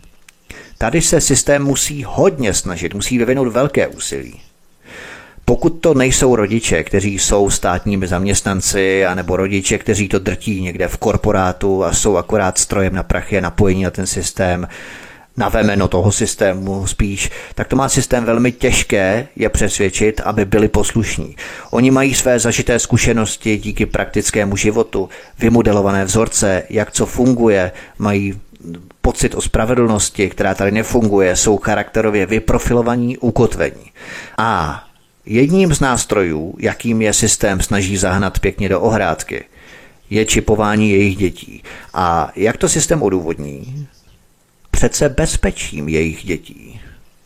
Tady se systém musí hodně snažit, musí vyvinout velké úsilí. Pokud to nejsou rodiče, kteří jsou státními zaměstnanci, anebo rodiče, kteří to drtí někde v korporátu a jsou akorát strojem na prachy a napojení na ten systém, na vemeno toho systému spíš, tak to má systém velmi těžké je přesvědčit, aby byli poslušní. Oni mají své zažité zkušenosti díky praktickému životu, vymodelované vzorce, jak co funguje, mají pocit o spravedlnosti, která tady nefunguje, jsou charakterově vyprofilovaní, ukotvení. A jedním z nástrojů, jakým je systém snaží zahnat pěkně do ohrádky, je čipování jejich dětí. A jak to systém odůvodní? Přece bezpečím jejich dětí.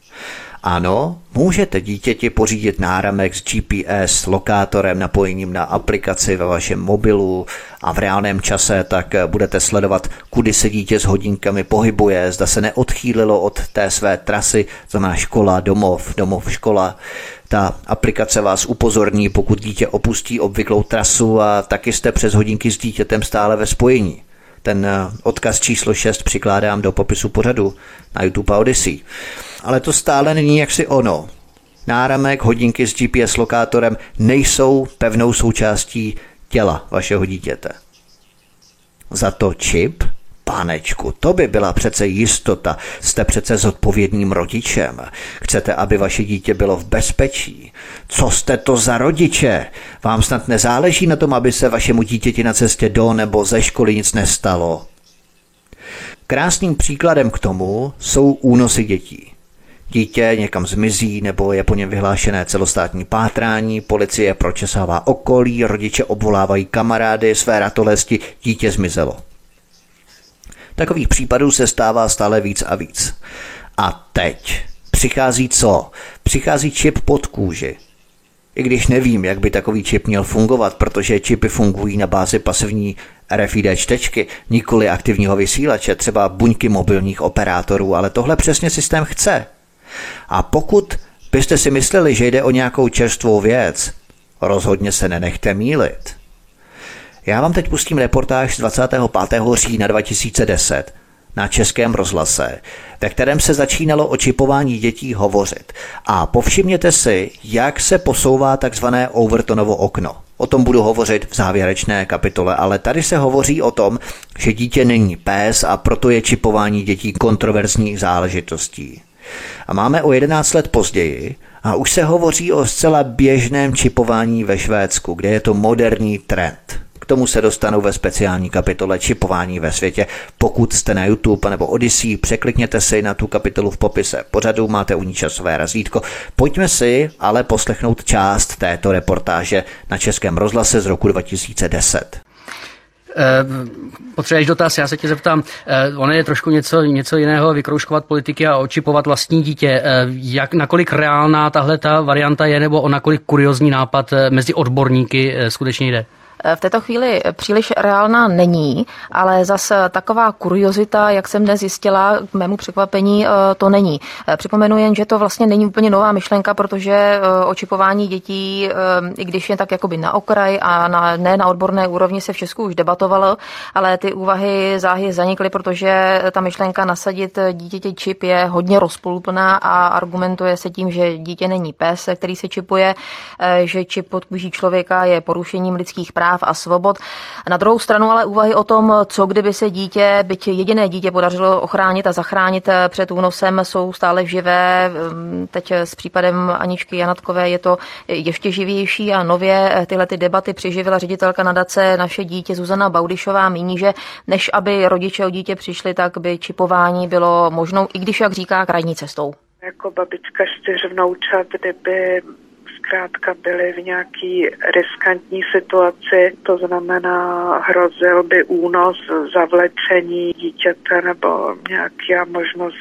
Ano, můžete dítěti pořídit náramek s G P S, lokátorem, napojením na aplikaci ve vašem mobilu a v reálném čase tak budete sledovat, kudy se dítě s hodinkami pohybuje, zda se neodchýlilo od té své trasy, znamená škola, domov, domov, škola. Ta aplikace vás upozorní, pokud dítě opustí obvyklou trasu a taky jste přes hodinky s dítětem stále ve spojení. Ten odkaz číslo šest přikládám do popisu pořadu na YouTube a Odyssey. Ale to stále není jaksi ono. Náramek, hodinky s G P S lokátorem nejsou pevnou součástí těla vašeho dítěte. Za to čip? Pánečku, to by byla přece jistota. Jste přece zodpovědným rodičem. Chcete, aby vaše dítě bylo v bezpečí. Co jste to za rodiče? Vám snad nezáleží na tom, aby se vašemu dítěti na cestě do nebo ze školy nic nestalo? Krásným příkladem k tomu jsou únosy dětí. Dítě někam zmizí nebo je po něm vyhlášené celostátní pátrání, policie pročesává okolí, rodiče obvolávají kamarády, své ratolesti, dítě zmizelo. Takových případů se stává stále víc a víc. A teď přichází co? Přichází čip pod kůži. I když nevím, jak by takový čip měl fungovat, protože čipy fungují na bázi pasivní R F I D čtečky, nikoli aktivního vysílače, třeba buňky mobilních operátorů, ale tohle přesně systém chce. A pokud byste si mysleli, že jde o nějakou čerstvou věc, rozhodně se nenechte mýlit. Já vám teď pustím reportáž z dvacátého pátého října dva tisíce deset na Českém rozhlase, ve kterém se začínalo o čipování dětí hovořit. A povšimněte si, jak se posouvá takzvané Overtonovo okno. O tom budu hovořit v závěrečné kapitole, ale tady se hovoří o tom, že dítě není pes a proto je čipování dětí kontroverzní záležitostí. A máme o jedenáct let později a už se hovoří o zcela běžném čipování ve Švédsku, kde je to moderní trend. K tomu se dostanu ve speciální kapitole čipování ve světě. Pokud jste na YouTube nebo Odyssey, překlikněte si na tu kapitolu v popise pořadu, máte u ní časové razítko. Pojďme si ale poslechnout část této reportáže na Českém rozhlase z roku dva tisíce deset. Potřebuješ dotaz, já se tě zeptám, ono je trošku něco, něco jiného vykroužkovat politiky a očipovat vlastní dítě. Jak, nakolik reálná tahle ta varianta je, nebo o nakolik kuriozní nápad mezi odborníky skutečně jde? V této chvíli příliš reálná není, ale zase taková kuriozita, jak jsem dnes zjistila, k mému překvapení to není. Připomenu jen, že to vlastně není úplně nová myšlenka, protože očipování dětí, i když je tak jakoby na okraj a na, ne na odborné úrovni, se v Česku už debatovalo, ale ty úvahy záhy zanikly, protože ta myšlenka nasadit dítěti čip je hodně rozpolupná a argumentuje se tím, že dítě není pes, který se čipuje, že čip pod kůží člověka je porušením lidských práv a svobod. Na druhou stranu ale úvahy o tom, co kdyby se dítě, byť jediné dítě, podařilo ochránit a zachránit před únosem, jsou stále živé. Teď s případem Aničky Janatkové je to ještě živější a nově tyhle ty debaty přiživila ředitelka nadace Naše dítě Zuzana Baudyšová. Míní, že než aby rodiče o dítě přišli, tak by čipování bylo možnou, i když, jak říká, krajní cestou. Jako babička čtyř vnoučat, kdyby zkrátka byli v nějaký riskantní situaci, to znamená hrozil by únos, zavlečení dítěte nebo nějaká možnost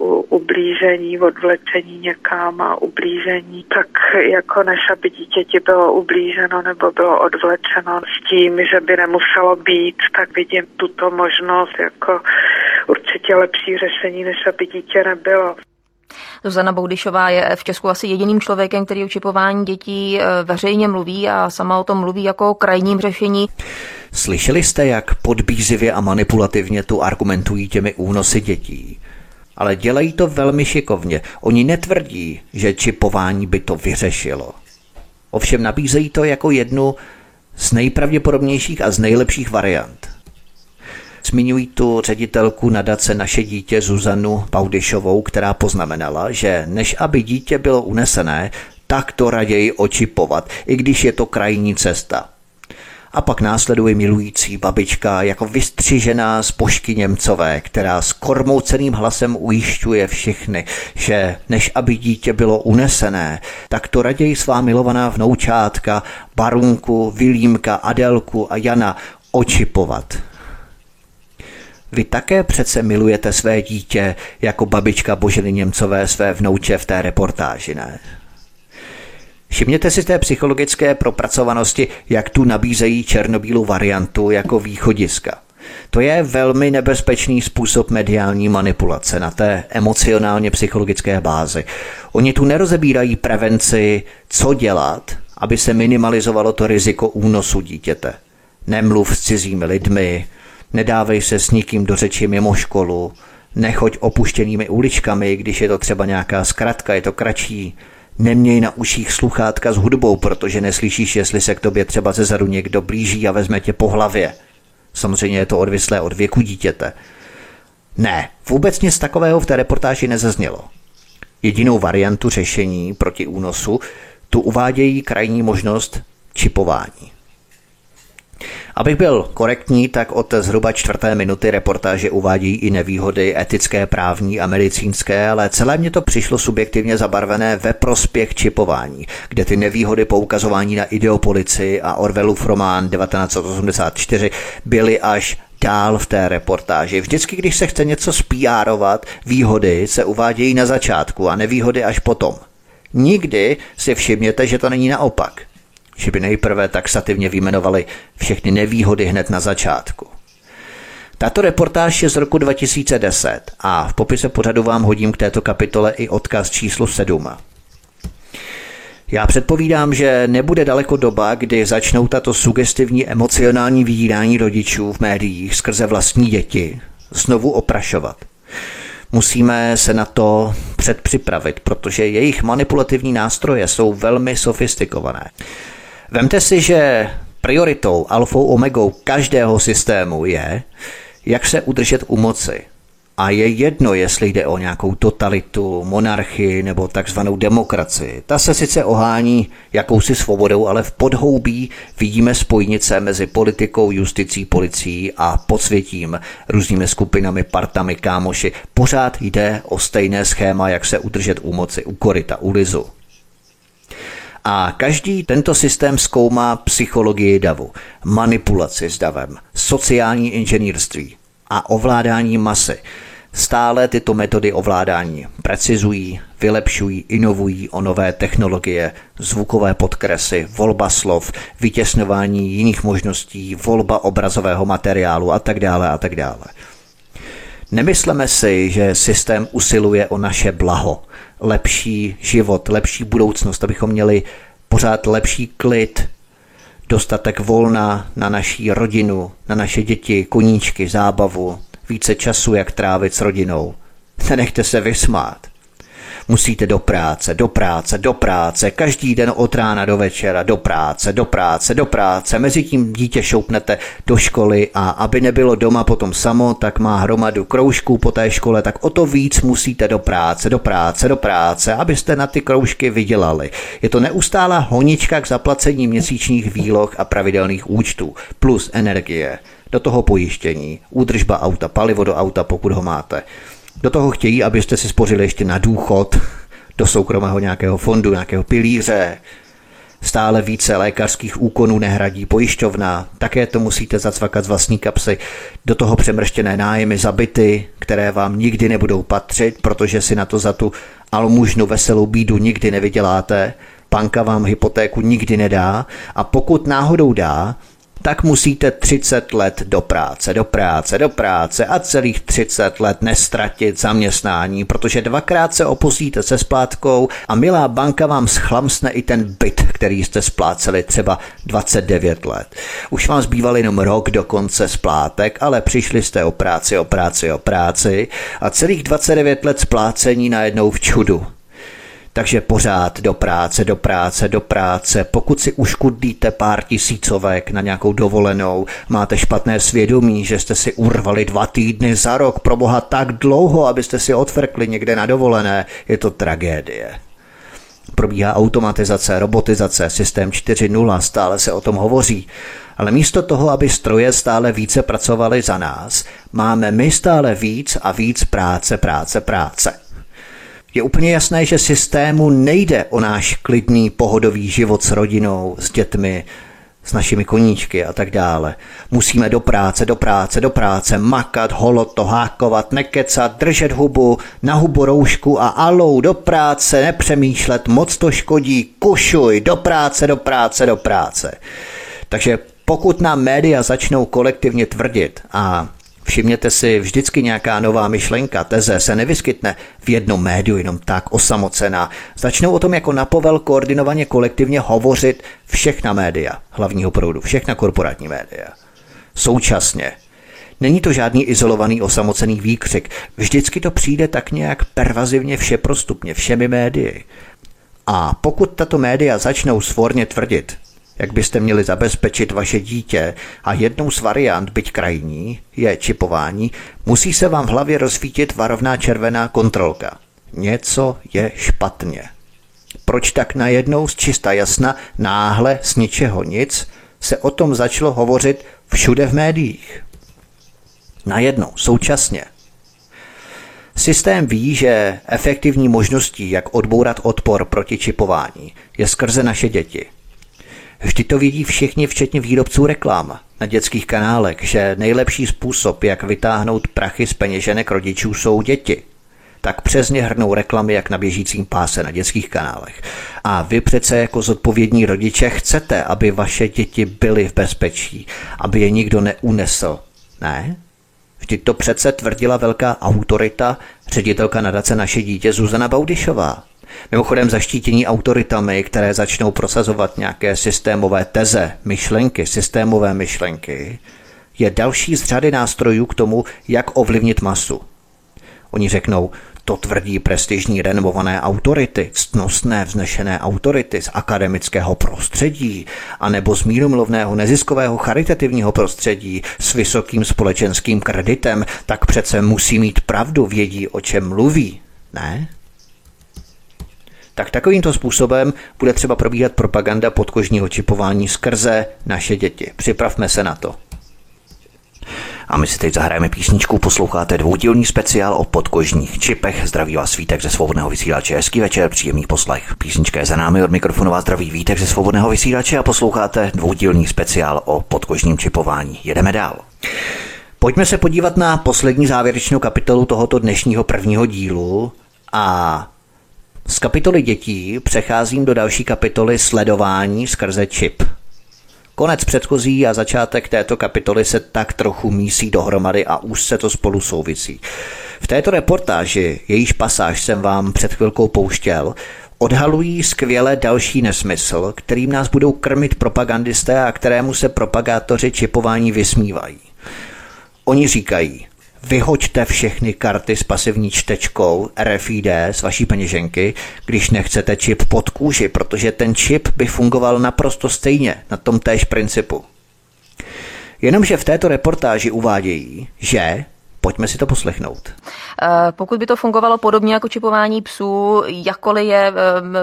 ublížení, odvlečení někam a ublížení, tak jako než aby dítěti bylo ublíženo nebo bylo odvlečeno s tím, že by nemuselo být, tak vidím tuto možnost jako určitě lepší řešení, než aby dítě nebylo. Zuzana Baudyšová je v Česku asi jediným člověkem, který o čipování dětí veřejně mluví a sama o tom mluví jako o krajním řešení. Slyšeli jste, jak podbízivě a manipulativně tu argumentují těmi únosy dětí? Ale dělají to velmi šikovně. Oni netvrdí, že čipování by to vyřešilo. Ovšem nabízejí to jako jednu z nejpravděpodobnějších a z nejlepších variant. Zmiňují tu ředitelku nadace Naše dítě Zuzanu Baudyšovou, která poznamenala, že než aby dítě bylo unesené, tak to raději očipovat, i když je to krajní cesta. A pak následuje milující babička jako vystřižená z Božky Němcové, která s kormouceným hlasem ujišťuje všechny, že než aby dítě bylo unesené, tak to raději svá milovaná vnoučátka, Barunku, Vilímka, Adelku a Jana očipovat. Vy také přece milujete své dítě jako babička Boženy Němcové své vnouče v té reportáži, ne? Všimněte si té psychologické propracovanosti, jak tu nabízejí černobílou variantu jako východiska. To je velmi nebezpečný způsob mediální manipulace na té emocionálně psychologické bázi. Oni tu nerozebírají prevenci, co dělat, aby se minimalizovalo to riziko únosu dítěte. Nemluv s cizími lidmi, nedávej se s nikým do řeči mimo školu, nechoď opuštěnými uličkami, když je to třeba nějaká zkratka, je to kratší. Neměj na uších sluchátka s hudbou, protože neslyšíš, jestli se k tobě třeba zezadu někdo blíží a vezme tě po hlavě. Samozřejmě je to odvislé od věku dítěte. Ne, vůbec nic takového v té reportáži nezaznělo. Jedinou variantu řešení proti únosu tu uvádějí krajní možnost čipování. Abych byl korektní, tak od zhruba čtvrté minuty reportáže uvádějí i nevýhody etické, právní a medicínské, ale celé mě to přišlo subjektivně zabarvené ve prospěch čipování, kde ty nevýhody poukazování na ideopolicii a Orwellův román devatenáct set osmdesát čtyři byly až dál v té reportáži. Vždycky, když se chce něco spíárovat, výhody se uvádějí na začátku a nevýhody až potom. Nikdy si všimněte, že to není naopak. Že by nejprve taxativně vyjmenovali všechny nevýhody hned na začátku. Tato reportáž je z roku dva tisíce deset a v popise pořadu vám hodím k této kapitole i odkaz číslo sedm. Já předpovídám, že nebude daleko doba, kdy začnou tato sugestivní emocionální vydírání rodičů v médiích skrze vlastní děti znovu oprašovat. Musíme se na to předpřipravit, protože jejich manipulativní nástroje jsou velmi sofistikované. Vemte si, že prioritou, alfou, omegou každého systému je, jak se udržet u moci. A je jedno, jestli jde o nějakou totalitu, monarchii nebo takzvanou demokracii. Ta se sice ohání jakousi svobodou, ale v podhoubí vidíme spojnice mezi politikou, justicí, policií a podsvětím, různými skupinami, partami, kámoši. Pořád jde o stejné schéma, jak se udržet u moci, u koryta, u lizu. A každý tento systém zkoumá psychologii davu, manipulaci s davem, sociální inženýrství a ovládání masy. Stále tyto metody ovládání precizují, vylepšují, inovují o nové technologie, zvukové podkresy, volba slov, vytěsňování jiných možností, volba obrazového materiálu a tak dále a tak dále. Nemysleme si, že systém usiluje o naše blaho, lepší život, lepší budoucnost, abychom měli pořád lepší klid, dostatek volna na naší rodinu, na naše děti, koníčky, zábavu, více času, jak trávit s rodinou. Nenechte se vysmát. Musíte do práce, do práce, do práce, každý den od rána do večera, do práce, do práce, do práce. Mezitím dítě šoupnete do školy a aby nebylo doma potom samo, tak má hromadu kroužků po té škole, tak o to víc musíte do práce, do práce, do práce, abyste na ty kroužky vydělali. Je to neustálá honička k zaplacení měsíčních výloh a pravidelných účtů, plus energie, do toho pojištění, údržba auta, palivo do auta, pokud ho máte. Do toho chtějí, abyste si spořili ještě na důchod, do soukromého nějakého fondu, nějakého pilíře. Stále více lékařských úkonů nehradí pojišťovna, také to musíte zacvakat z vlastní kapsy. Do toho přemrštěné nájmy za byty, které vám nikdy nebudou patřit, protože si na to za tu almužnu veselou bídu nikdy nevyděláte. Banka vám hypotéku nikdy nedá a pokud náhodou dá, tak musíte třicet let do práce, do práce, do práce a celých třicet let nestratit zaměstnání, protože dvakrát se opustíte se splátkou a milá banka vám schlamsne i ten byt, který jste spláceli třeba dvacet devět let. Už vám zbýval jenom rok do konce splátek, ale přišli jste o práci, o práci, o práci a celých dvacet devět let splácení najednou v čudu. Takže pořád do práce, do práce, do práce. Pokud si uškudlíte pár tisícovek na nějakou dovolenou, máte špatné svědomí, že jste si urvali dva týdny za rok, proboha tak dlouho, abyste si odfrkli někde na dovolené, je to tragédie. Probíhá automatizace, robotizace, systém čtyři nula, stále se o tom hovoří. Ale místo toho, aby stroje stále více pracovaly za nás, máme my stále víc a víc práce, práce, práce. Je úplně jasné, že systému nejde o náš klidný, pohodový život s rodinou, s dětmi, s našimi koníčky a tak dále. Musíme do práce, do práce, do práce, makat, holoto, hákovat, nekecat, držet hubu, na hubu roušku a alou, do práce, nepřemýšlet, moc to škodí, kušuj, do práce, do práce, do práce. Takže pokud nám média začnou kolektivně tvrdit a všimněte si, vždycky nějaká nová myšlenka, teze se nevyskytne v jednom médiu jenom tak osamocená. Začnou o tom jako napovel koordinovaně kolektivně hovořit všechna média hlavního proudu, všechna korporátní média. Současně. Není to žádný izolovaný osamocený výkřik. Vždycky to přijde tak nějak pervazivně všeprostupně, všemi médii. A pokud tato média začnou svorně tvrdit, jak byste měli zabezpečit vaše dítě a jednou z variant, byť krajní, je čipování, musí se vám v hlavě rozsvítit varovná červená kontrolka. Něco je špatně. Proč tak najednou z čista jasna, náhle z ničeho nic, se o tom začalo hovořit všude v médiích? Najednou, současně. Systém ví, že efektivní možností, jak odbourat odpor proti čipování, je skrze naše děti. Vždy to vidí všichni, včetně výrobců reklam na dětských kanálech, že nejlepší způsob, jak vytáhnout prachy z peněženek rodičů, jsou děti. Tak přes ně hrnou reklamy jak na běžícím páse na dětských kanálech. A vy přece jako zodpovědní rodiče chcete, aby vaše děti byly v bezpečí, aby je nikdo neunesl. Ne? Vždyť to přece tvrdila velká autorita, ředitelka nadace Naše dítě Zuzana Baudyšová. Mimochodem zaštítění autoritami, které začnou prosazovat nějaké systémové teze, myšlenky, systémové myšlenky, je další z řady nástrojů k tomu, jak ovlivnit masu. Oni řeknou, to tvrdí prestižní renomované autority, ctnostné vznešené autority z akademického prostředí, anebo z míromluvného neziskového charitativního prostředí s vysokým společenským kreditem, tak přece musí mít pravdu, vědí, o čem mluví, ne? Tak takovýmto způsobem bude třeba probíhat propaganda podkožního čipování skrze naše děti. Připravme se na to. A my si teď zahrajeme písničku, posloucháte dvoudílný speciál o podkožních čipech. Zdraví vás Vítek ze Svobodného vysílače. Hezký večer, příjemný poslech. Písnička je za námi, od mikrofonu vás zdraví Vítek ze Svobodného vysílače a posloucháte dvoudílný speciál o podkožním čipování. Jedeme dál. Pojďme se podívat na poslední závěrečnou kapitolu tohoto dnešního prvního dílu a z kapitoly dětí přecházím do další kapitoly sledování skrze čip. Konec předchozí a začátek této kapitoly se tak trochu mísí dohromady a už se to spolu souvisí. V této reportáži, jejíž pasáž jsem vám před chvilkou pouštěl, odhalují skvěle další nesmysl, kterým nás budou krmit propagandisté a kterému se propagátoři čipování vysmívají. Oni říkají, vyhoďte všechny karty s pasivní čtečkou R F I D z vaší peněženky, když nechcete čip pod kůži, protože ten čip by fungoval naprosto stejně na tom též principu. Jenomže v této reportáži uvádějí, že... Pojďme si to poslechnout. Pokud by to fungovalo podobně jako čipování psů, jakkoliv je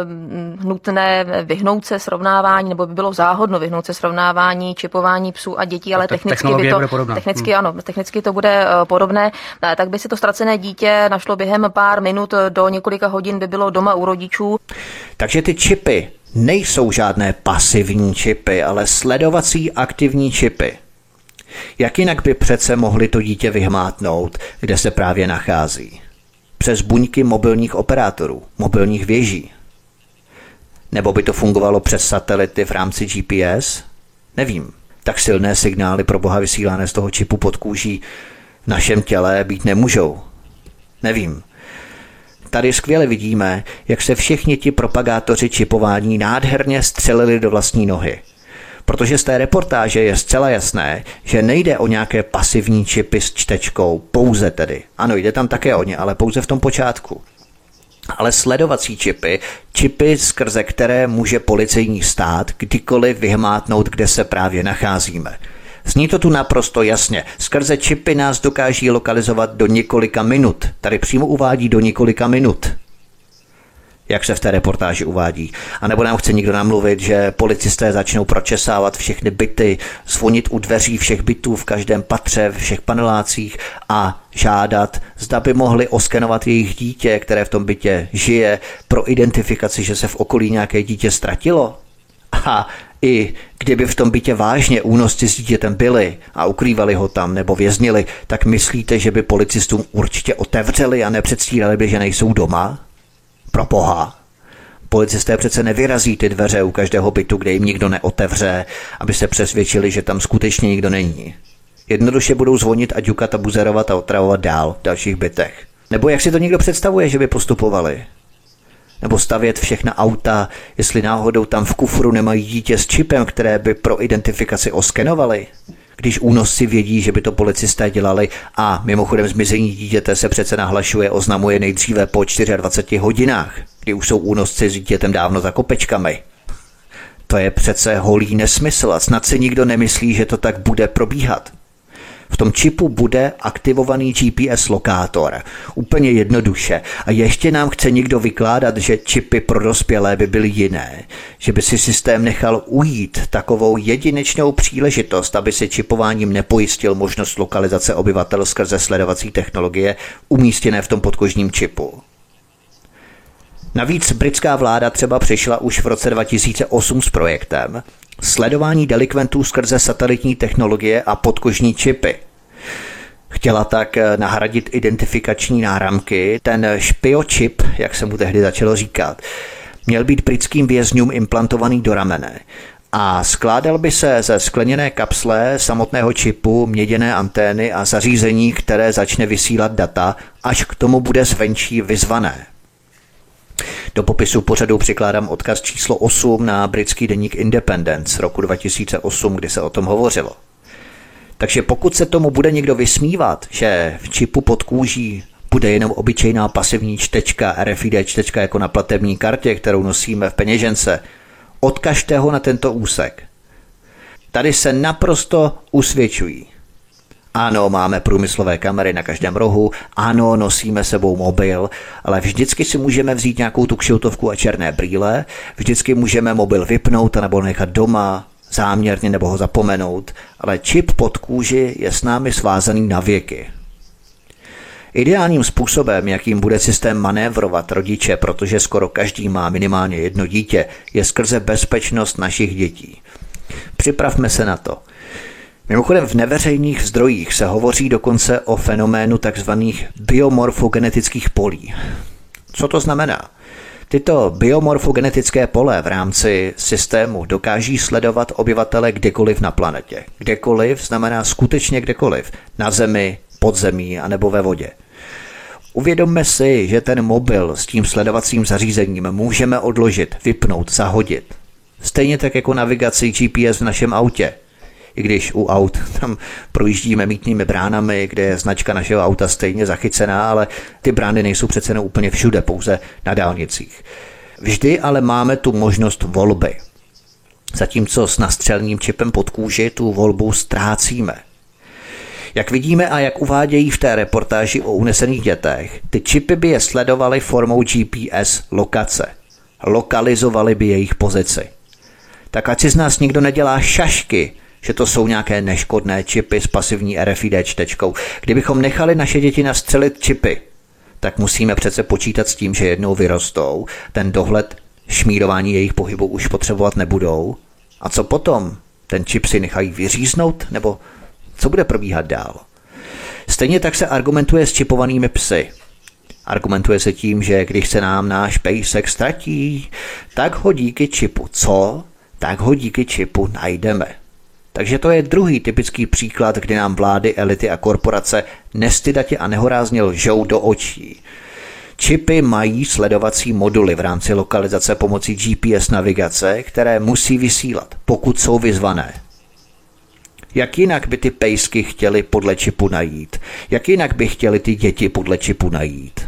nutné vyhnout se srovnávání, nebo by bylo záhodno vyhnout se srovnávání čipování psů a dětí, ale technicky by to, technicky, ano, technicky to bude podobné, tak by si to ztracené dítě našlo během pár minut do několika hodin, by bylo doma u rodičů. Takže ty čipy nejsou žádné pasivní čipy, ale sledovací aktivní čipy. Jak jinak by přece mohli to dítě vyhmátnout, kde se právě nachází? Přes buňky mobilních operátorů, mobilních věží. Nebo by to fungovalo přes satelity v rámci G P S? Nevím. Tak silné signály pro boha vysílané z toho čipu pod kůží v našem těle být nemůžou. Nevím. Tady skvěle vidíme, jak se všichni ti propagátoři čipování nádherně střelili do vlastní nohy. Protože z té reportáže je zcela jasné, že nejde o nějaké pasivní čipy s čtečkou, pouze tedy. Ano, jde tam také o ně, ale pouze v tom počátku. Ale sledovací čipy, čipy, skrze které může policejní stát kdykoliv vyhmátnout, kde se právě nacházíme. Zní to tu naprosto jasně. Skrze čipy nás dokáží lokalizovat do několika minut. Tady přímo uvádí do několika minut. Jak se v té reportáži uvádí. A nebo nám chce někdo namluvit, že policisté začnou pročesávat všechny byty, zvonit u dveří všech bytů v každém patře, v všech panelácích a žádat, zda by mohli oskenovat jejich dítě, které v tom bytě žije, pro identifikaci, že se v okolí nějaké dítě ztratilo. A i kdyby v tom bytě vážně únosci s dítětem byli a ukrývali ho tam nebo věznili, tak myslíte, že by policistům určitě otevřeli a nepředstírali by, že nejsou doma? Pro boha. Policisté přece nevyrazí ty dveře u každého bytu, kde jim nikdo neotevře, aby se přesvědčili, že tam skutečně nikdo není. Jednoduše budou zvonit a ďukat a buzerovat a otravovat dál v dalších bytech. Nebo jak si to někdo představuje, že by postupovali? Nebo stavět všechna auta, jestli náhodou tam v kufru nemají dítě s čipem, které by pro identifikaci oskenovali? Když únosci vědí, že by to policisté dělali a mimochodem zmizení dítěte se přece nahlašuje, oznamuje nejdříve po dvaceti čtyřech hodinách, kdy už jsou únosci s dítětem dávno za kopečkami. To je přece holý nesmysl a snad si nikdo nemyslí, že to tak bude probíhat. V tom čipu bude aktivovaný G P S lokátor. Úplně jednoduše. A ještě nám chce někdo vykládat, že čipy pro dospělé by byly jiné. Že by si systém nechal ujít takovou jedinečnou příležitost, aby si čipováním nepojistil možnost lokalizace obyvatel skrze sledovací technologie umístěné v tom podkožním čipu. Navíc britská vláda třeba přišla už v roce dva tisíce osm s projektem sledování delikventů skrze satelitní technologie a podkožní čipy. Chtěla tak nahradit identifikační náramky. Ten špiočip, jak se mu tehdy začalo říkat, měl být britským vězňům implantovaný do ramene a skládal by se ze skleněné kapsle samotného čipu, měděné antény a zařízení, které začne vysílat data, až k tomu bude zvenčí vyzvané. Do popisu pořadu přikládám odkaz číslo osm na britský deník Independent z roku dva tisíce osm, kdy se o tom hovořilo. Takže pokud se tomu bude někdo vysmívat, že v čipu pod kůží bude jenom obyčejná pasivní čtečka, R F I D čtečka jako na platební kartě, kterou nosíme v peněžence, odkažte ho na tento úsek. Tady se naprosto usvědčují. Ano, máme průmyslové kamery na každém rohu, ano, nosíme sebou mobil, ale vždycky si můžeme vzít nějakou tu kšiltovku a černé brýle, vždycky můžeme mobil vypnout nebo nechat doma, záměrně nebo ho zapomenout, ale čip pod kůži je s námi svázaný na věky. Ideálním způsobem, jakým bude systém manévrovat rodiče, protože skoro každý má minimálně jedno dítě, je skrze bezpečnost našich dětí. Připravme se na to. Mimochodem v neveřejných zdrojích se hovoří dokonce o fenoménu tzv. Biomorfogenetických polí. Co to znamená? Tyto biomorfogenetické pole v rámci systému dokáží sledovat obyvatele kdekoliv na planetě. Kdekoliv znamená skutečně kdekoliv. Na zemi, pod zemí anebo ve vodě. Uvědomme si, že ten mobil s tím sledovacím zařízením můžeme odložit, vypnout, zahodit. Stejně tak jako navigaci G P S v našem autě. I když u aut tam projíždíme mýtnými bránami, kde je značka našeho auta stejně zachycená, ale ty brány nejsou přece jen úplně všude, pouze na dálnicích. Vždy ale máme tu možnost volby. Zatímco s nastřelným čipem pod kůži tu volbu ztrácíme. Jak vidíme a jak uvádějí v té reportáži o unesených dětech, ty čipy by je sledovaly formou G P S lokace. Lokalizovaly by jejich pozici. Tak ať si z nás nikdo nedělá šašky, že to jsou nějaké neškodné čipy s pasivní R F I D čtečkou. Kdybychom nechali naše děti nastřelit čipy, tak musíme přece počítat s tím, že jednou vyrostou, ten dohled šmírování jejich pohybu už potřebovat nebudou. A co potom? Ten čip si nechají vyříznout? Nebo co bude probíhat dál? Stejně tak se argumentuje s čipovanými psy. Argumentuje se tím, že když se nám náš pejsek ztratí, tak ho díky čipu co? Tak ho díky čipu najdeme. Takže to je druhý typický příklad, kdy nám vlády, elity a korporace nestydatě a nehorázně lžou do očí. Čipy mají sledovací moduly v rámci lokalizace pomocí G P S navigace, které musí vysílat, pokud jsou vyzvané. Jak jinak by ty pejsky chtěli podle čipu najít? Jak jinak by chtěli ty děti podle čipu najít?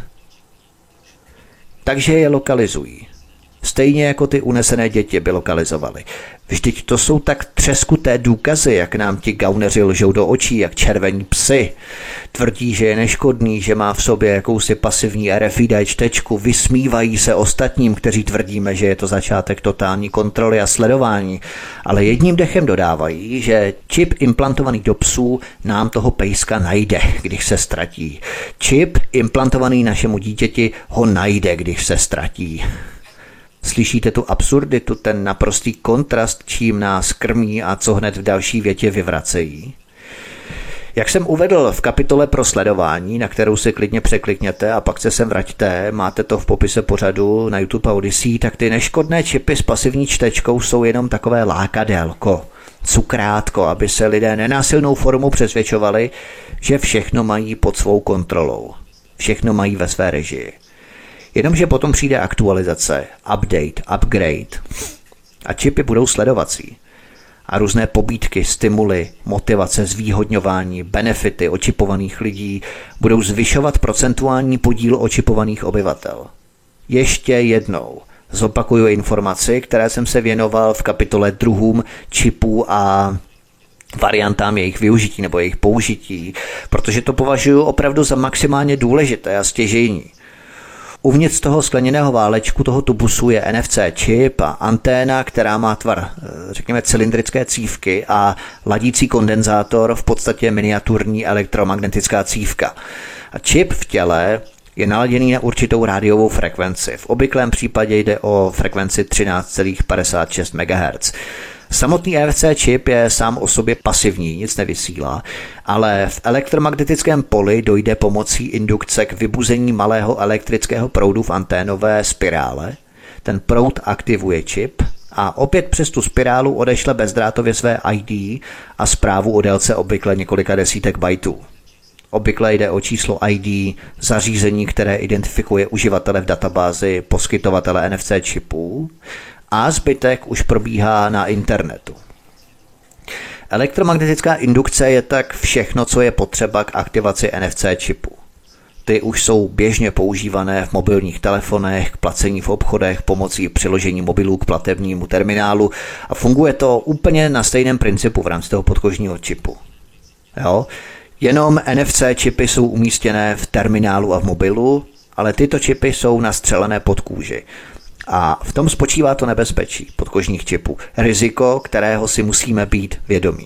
Takže je lokalizují. Stejně jako ty unesené děti by lokalizovali. Vždyť to jsou tak třeskuté důkazy, jak nám ti gauneři lžou do očí, jak červení psy. Tvrdí, že je neškodný, že má v sobě jakousi pasivní R F I D čtečku, vysmívají se ostatním, kteří tvrdíme, že je to začátek totální kontroly a sledování. Ale jedním dechem dodávají, že čip implantovaný do psů nám toho pejska najde, když se ztratí. Čip implantovaný našemu dítěti ho najde, když se ztratí. Slyšíte tu absurditu, ten naprostý kontrast, čím nás krmí a co hned v další větě vyvracejí? Jak jsem uvedl v kapitole pro sledování, na kterou si klidně překlikněte a pak se sem vraťte, máte to v popise pořadu na YouTube a Odyssey, tak ty neškodné čipy s pasivní čtečkou jsou jenom takové lákadélko, cukrátko, aby se lidé nenásilnou formou přesvědčovali, že všechno mají pod svou kontrolou. Všechno mají ve své režii. Jenomže potom přijde aktualizace, update, upgrade a čipy budou sledovací. A různé pobídky, stimuly, motivace, zvýhodňování, benefity očipovaných lidí budou zvyšovat procentuální podíl očipovaných obyvatel. Ještě jednou zopakuju informaci, které jsem se věnoval v kapitole druhům čipů a variantám jejich využití nebo jejich použití, protože to považuji opravdu za maximálně důležité a stěžejní. Uvnitř toho skleněného válečku toho tubusu je N F C čip a anténa, která má tvar, řekněme, cylindrické cívky a ladící kondenzátor, v podstatě miniaturní elektromagnetická cívka. A čip v těle je naladěný na určitou rádiovou frekvenci. V obvyklém případě jde o frekvenci třináct celá padesát šest megahertzů. Samotný N F C čip je sám o sobě pasivní, nic nevysílá, ale v elektromagnetickém poli dojde pomocí indukce k vybuzení malého elektrického proudu v anténové spirále. Ten proud aktivuje čip a opět přes tu spirálu odešle bezdrátově své I D a zprávu o délce obvykle několika desítek bajtů. Obvykle jde o číslo I D, zařízení, které identifikuje uživatele v databázi poskytovatele N F C čipů, a zbytek už probíhá na internetu. Elektromagnetická indukce je tak všechno, co je potřeba k aktivaci N F C čipu. Ty už jsou běžně používané v mobilních telefonech, k placení v obchodech pomocí přiložení mobilů k platebnímu terminálu a funguje to úplně na stejném principu v rámci toho podkožního čipu. Jo? Jenom N F C čipy jsou umístěné v terminálu a v mobilu, ale tyto čipy jsou nastřelené pod kůži. A v tom spočívá to nebezpečí podkožních čipů, riziko, kterého si musíme být vědomí.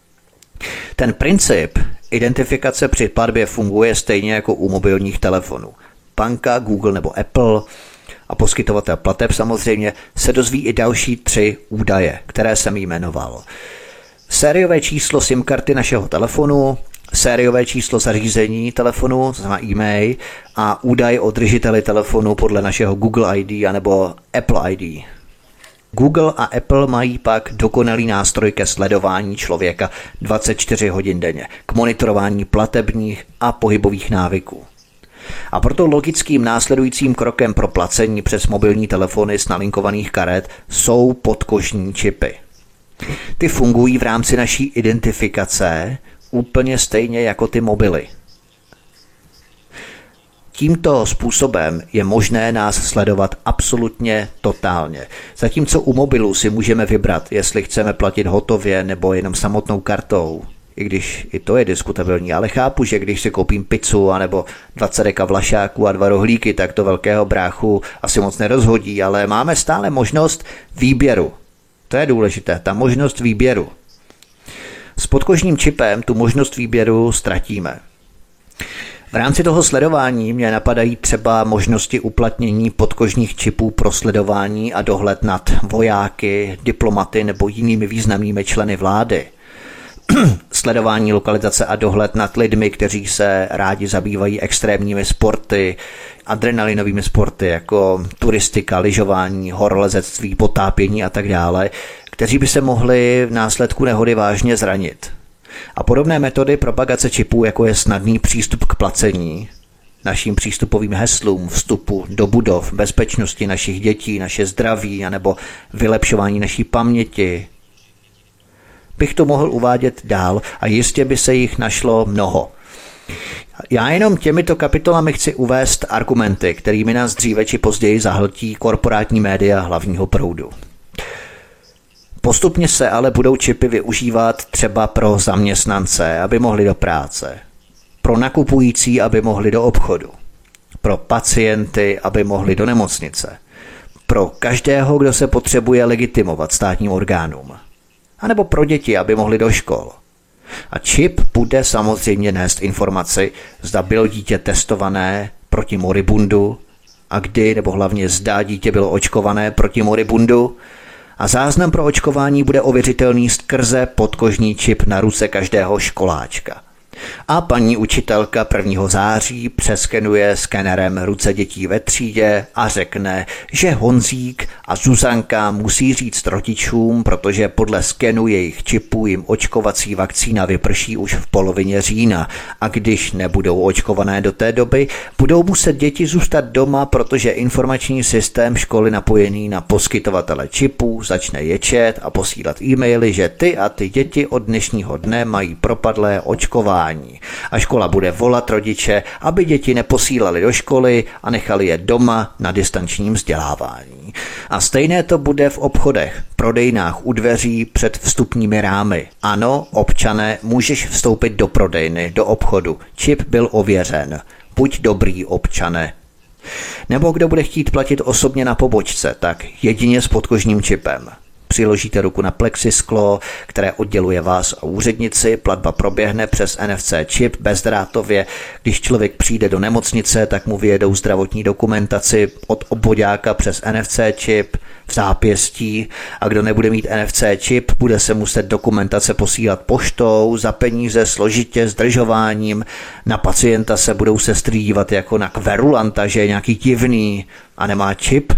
Ten princip identifikace při platbě funguje stejně jako u mobilních telefonů. Banka, Google nebo Apple a poskytovatel plateb samozřejmě se dozví i další tři údaje, které jsem jmenoval. Sériové číslo SIM karty našeho telefonu, sériové číslo zařízení telefonu, to znamená e-mail, a údaj o držiteli telefonu podle našeho Google I D anebo Apple I D. Google a Apple mají pak dokonalý nástroj ke sledování člověka dvacet čtyři hodin denně, k monitorování platebních a pohybových návyků. A proto logickým následujícím krokem pro placení přes mobilní telefony z nalinkovaných karet jsou podkožní čipy. Ty fungují v rámci naší identifikace úplně stejně jako ty mobily. Tímto způsobem je možné nás sledovat absolutně totálně. Zatímco u mobilu si můžeme vybrat, jestli chceme platit hotově nebo jenom samotnou kartou. I když i to je diskutabilní, ale chápu, že když si koupím pizzu anebo dvacet deka vlašáků a dva rohlíky, tak to velkého bráchu asi moc nerozhodí, ale máme stále možnost výběru. To je důležité, ta možnost výběru. S podkožním čipem tu možnost výběru ztratíme. V rámci toho sledování mě napadají třeba možnosti uplatnění podkožních čipů pro sledování a dohled nad vojáky, diplomaty nebo jinými významnými členy vlády. Sledování lokalizace a dohled nad lidmi, kteří se rádi zabývají extrémními sporty, adrenalinovými sporty jako turistika, lyžování, horolezectví, potápění a tak dále, kteří by se mohli v následku nehody vážně zranit. A podobné metody propagace čipů, jako je snadný přístup k placení, našim přístupovým heslům, vstupu do budov, bezpečnosti našich dětí, naše zdraví, anebo vylepšování naší paměti, bych to mohl uvádět dál a jistě by se jich našlo mnoho. Já jenom těmito kapitolami chci uvést argumenty, kterými nás dříve či později zahltí korporátní média hlavního proudu. Postupně se ale budou čipy využívat třeba pro zaměstnance, aby mohli do práce, pro nakupující, aby mohli do obchodu, pro pacienty, aby mohli do nemocnice, pro každého, kdo se potřebuje legitimovat státním orgánům, anebo pro děti, aby mohli do škol. A čip bude samozřejmě nést informaci, zda bylo dítě testované proti moribundu a kdy nebo hlavně zda dítě bylo očkované proti moribundu, a záznam pro očkování bude ověřitelný skrze podkožní čip na ruce každého školáčka. A paní učitelka prvního září přeskenuje skenerem ruce dětí ve třídě a řekne, že Honzík a Zuzanka musí říct rodičům, protože podle skenu jejich čipů jim očkovací vakcína vyprší už v polovině října a když nebudou očkované do té doby, budou muset děti zůstat doma, protože informační systém školy napojený na poskytovatele čipů začne ječet a posílat e-maily, že ty a ty děti od dnešního dne mají propadlé očkování. vzdělávání. A škola bude volat rodiče, aby děti neposílali do školy a nechali je doma na distančním vzdělávání. A stejné to bude v obchodech, prodejnách u dveří před vstupními rámy. Ano, občané, můžeš vstoupit do prodejny, do obchodu. Čip byl ověřen. Buď dobrý, občane. Nebo kdo bude chtít platit osobně na pobočce, tak jedině s podkožním čipem. Přiložíte ruku na plexisklo, které odděluje vás a úřednici, platba proběhne přes N F C čip bezdrátově. Když člověk přijde do nemocnice, tak mu vyjedou zdravotní dokumentaci od obvoďáka přes N F C čip v zápěstí, a kdo nebude mít N F C čip, bude se muset dokumentace posílat poštou za peníze, složitě, zdržováním. Na pacienta se budou sestry dívat jako na kverulanta, že je nějaký divný a nemá čip.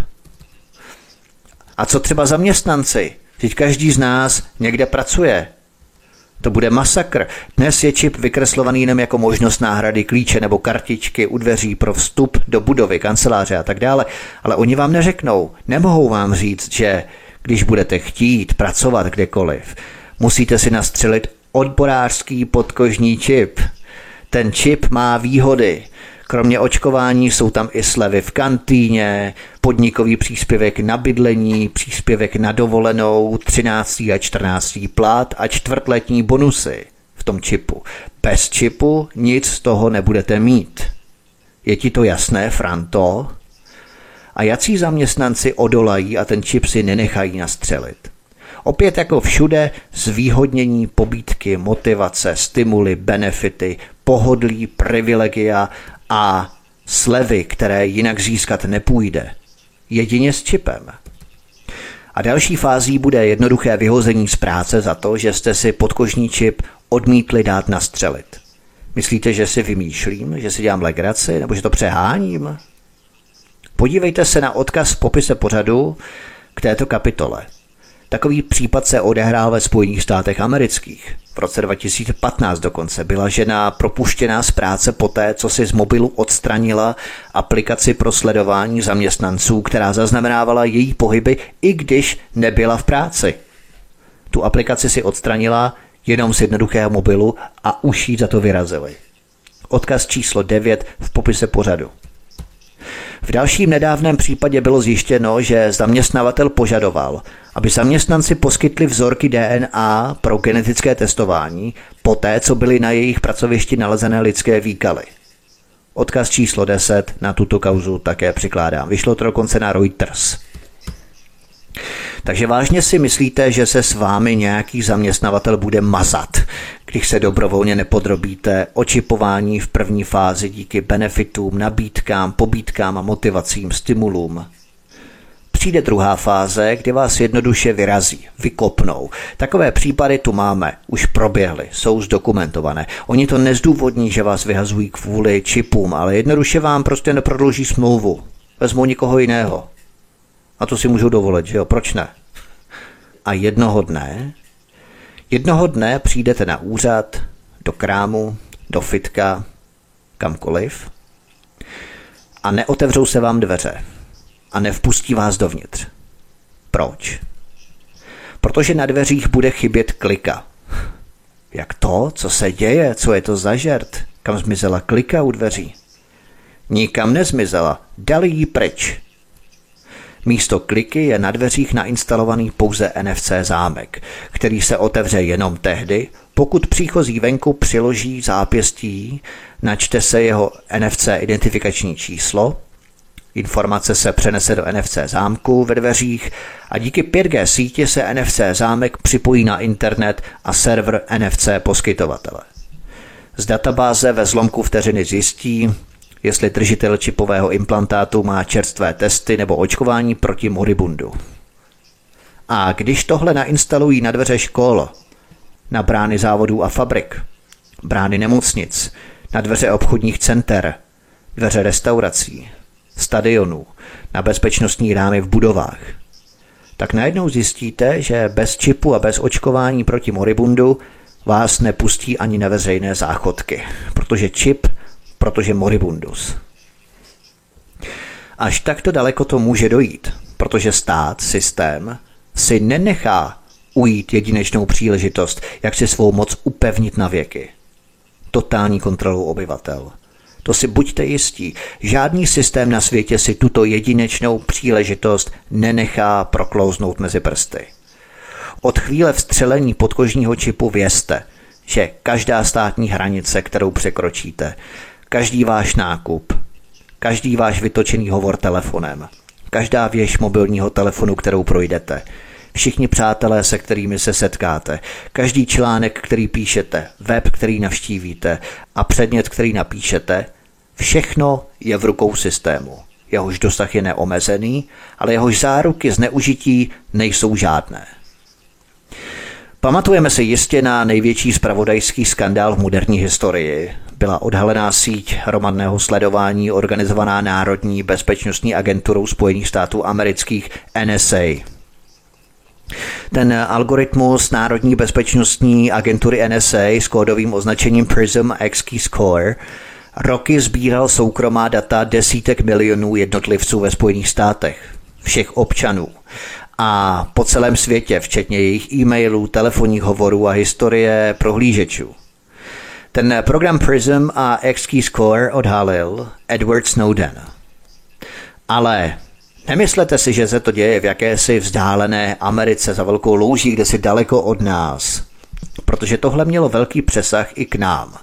A co třeba zaměstnanci? Teď každý z nás někde pracuje. To bude masakr. Dnes je čip vykreslovaný jenom jako možnost náhrady klíče nebo kartičky u dveří pro vstup do budovy, kanceláře a tak dále. Ale oni vám neřeknou, nemohou vám říct, že když budete chtít pracovat kdekoliv, musíte si nastřelit odborářský podkožní čip. Ten čip má výhody. Kromě očkování jsou tam i slevy v kantýně, podnikový příspěvek na bydlení, příspěvek na dovolenou, třináctý a čtrnáctý plat a čtvrtletní bonusy v tom čipu. Bez čipu nic z toho nebudete mít. Je ti to jasné, Franto? A jací zaměstnanci odolají a ten čip si nenechají nastřelit? Opět jako všude zvýhodnění, pobídky, motivace, stimuly, benefity, pohodlí, privilegia a slevy, které jinak získat nepůjde. Jedině s čipem. A další fází bude jednoduché vyhození z práce za to, že jste si podkožní čip odmítli dát nastřelit. Myslíte, že si vymýšlím, že si dělám legraci, nebo že to přeháním? Podívejte se na odkaz v popise pořadu k této kapitole. Takový případ se odehrál ve Spojených státech amerických. V roce dva tisíce patnáct dokonce byla žena propuštěná z práce poté, co si z mobilu odstranila aplikaci pro sledování zaměstnanců, která zaznamenávala její pohyby, i když nebyla v práci. Tu aplikaci si odstranila jenom z jednoduchého mobilu a už jí za to vyrazili. Odkaz číslo devět v popise pořadu. V dalším nedávném případě bylo zjištěno, že zaměstnavatel požadoval, aby zaměstnanci poskytli vzorky D N A pro genetické testování poté, co byly na jejich pracovišti nalezené lidské výkaly. Odkaz číslo deset na tuto kauzu také přikládám. Vyšlo to dokonce na Reuters. Takže vážně si myslíte, že se s vámi nějaký zaměstnavatel bude mazat, když se dobrovolně nepodrobíte očipování v první fázi díky benefitům, nabídkám, pobídkám a motivacím, stimulům? Přijde druhá fáze, kdy vás jednoduše vyrazí, vykopnou. Takové případy tu máme, už proběhly, jsou zdokumentované. Oni to nezdůvodní, že vás vyhazují kvůli čipům, ale jednoduše vám prostě neprodlouží smlouvu. Vezmou nikoho jiného. A to si můžou dovolit, že jo? Proč ne? A jednoho dne, jednoho dne přijdete na úřad, do krámu, do fitka, kamkoliv a neotevřou se vám dveře a nevpustí vás dovnitř. Proč? Protože na dveřích bude chybět klika. Jak to? Co se děje? Co je to za žert? Kam zmizela klika u dveří? Nikam nezmizela, dali ji pryč. Místo kliky je na dveřích nainstalovaný pouze N F C zámek, který se otevře jenom tehdy, pokud příchozí venku přiloží zápěstí, načte se jeho N F C identifikační číslo, informace se přenese do N F C zámku ve dveřích a díky pět G síti se N F C zámek připojí na internet a server N F C poskytovatele. Z databáze ve zlomku vteřiny zjistí, jestli držitel čipového implantátu má čerstvé testy nebo očkování proti moribundu. A když tohle nainstalují na dveře škol, na brány závodů a fabrik, brány nemocnic, na dveře obchodních center, dveře restaurací, stadionů, na bezpečnostní rámy v budovách, tak najednou zjistíte, že bez čipu a bez očkování proti moribundu vás nepustí ani na veřejné záchodky, protože čip, protože moribundus. Až takto daleko to může dojít, protože stát, systém, si nenechá ujít jedinečnou příležitost, jak si svou moc upevnit na věky. totální kontrolou obyvatel. To si buďte jistí, žádný systém na světě si tuto jedinečnou příležitost nenechá proklouznout mezi prsty. Od chvíle vstřelení podkožního čipu vězte, že každá státní hranice, kterou překročíte, každý váš nákup, každý váš vytočený hovor telefonem, každá věž mobilního telefonu, kterou projdete, všichni přátelé, se kterými se setkáte, každý článek, který píšete, web, který navštívíte a předmět, který napíšete, všechno je v rukou systému. Jehož dosah je neomezený, ale jehož záruky zneužití nejsou žádné. Pamatujeme si jistě na největší zpravodajský skandál v moderní historii. Byla odhalená síť hromadného sledování organizovaná Národní bezpečnostní agenturou Spojených států amerických N S A. Ten algoritmus Národní bezpečnostní agentury N S A s kódovým označením Prism X-Keyscore roky sbíral soukromá data desítek milionů jednotlivců ve Spojených státech, všech občanů a po celém světě, včetně jejich e-mailů, telefonních hovorů a historie prohlížečů. Ten program Prism a X-Keyscore odhalil Edward Snowden. Ale nemyslete si, že se to děje v jakési vzdálené Americe za velkou louží, kde si daleko od nás, protože tohle mělo velký přesah i k nám.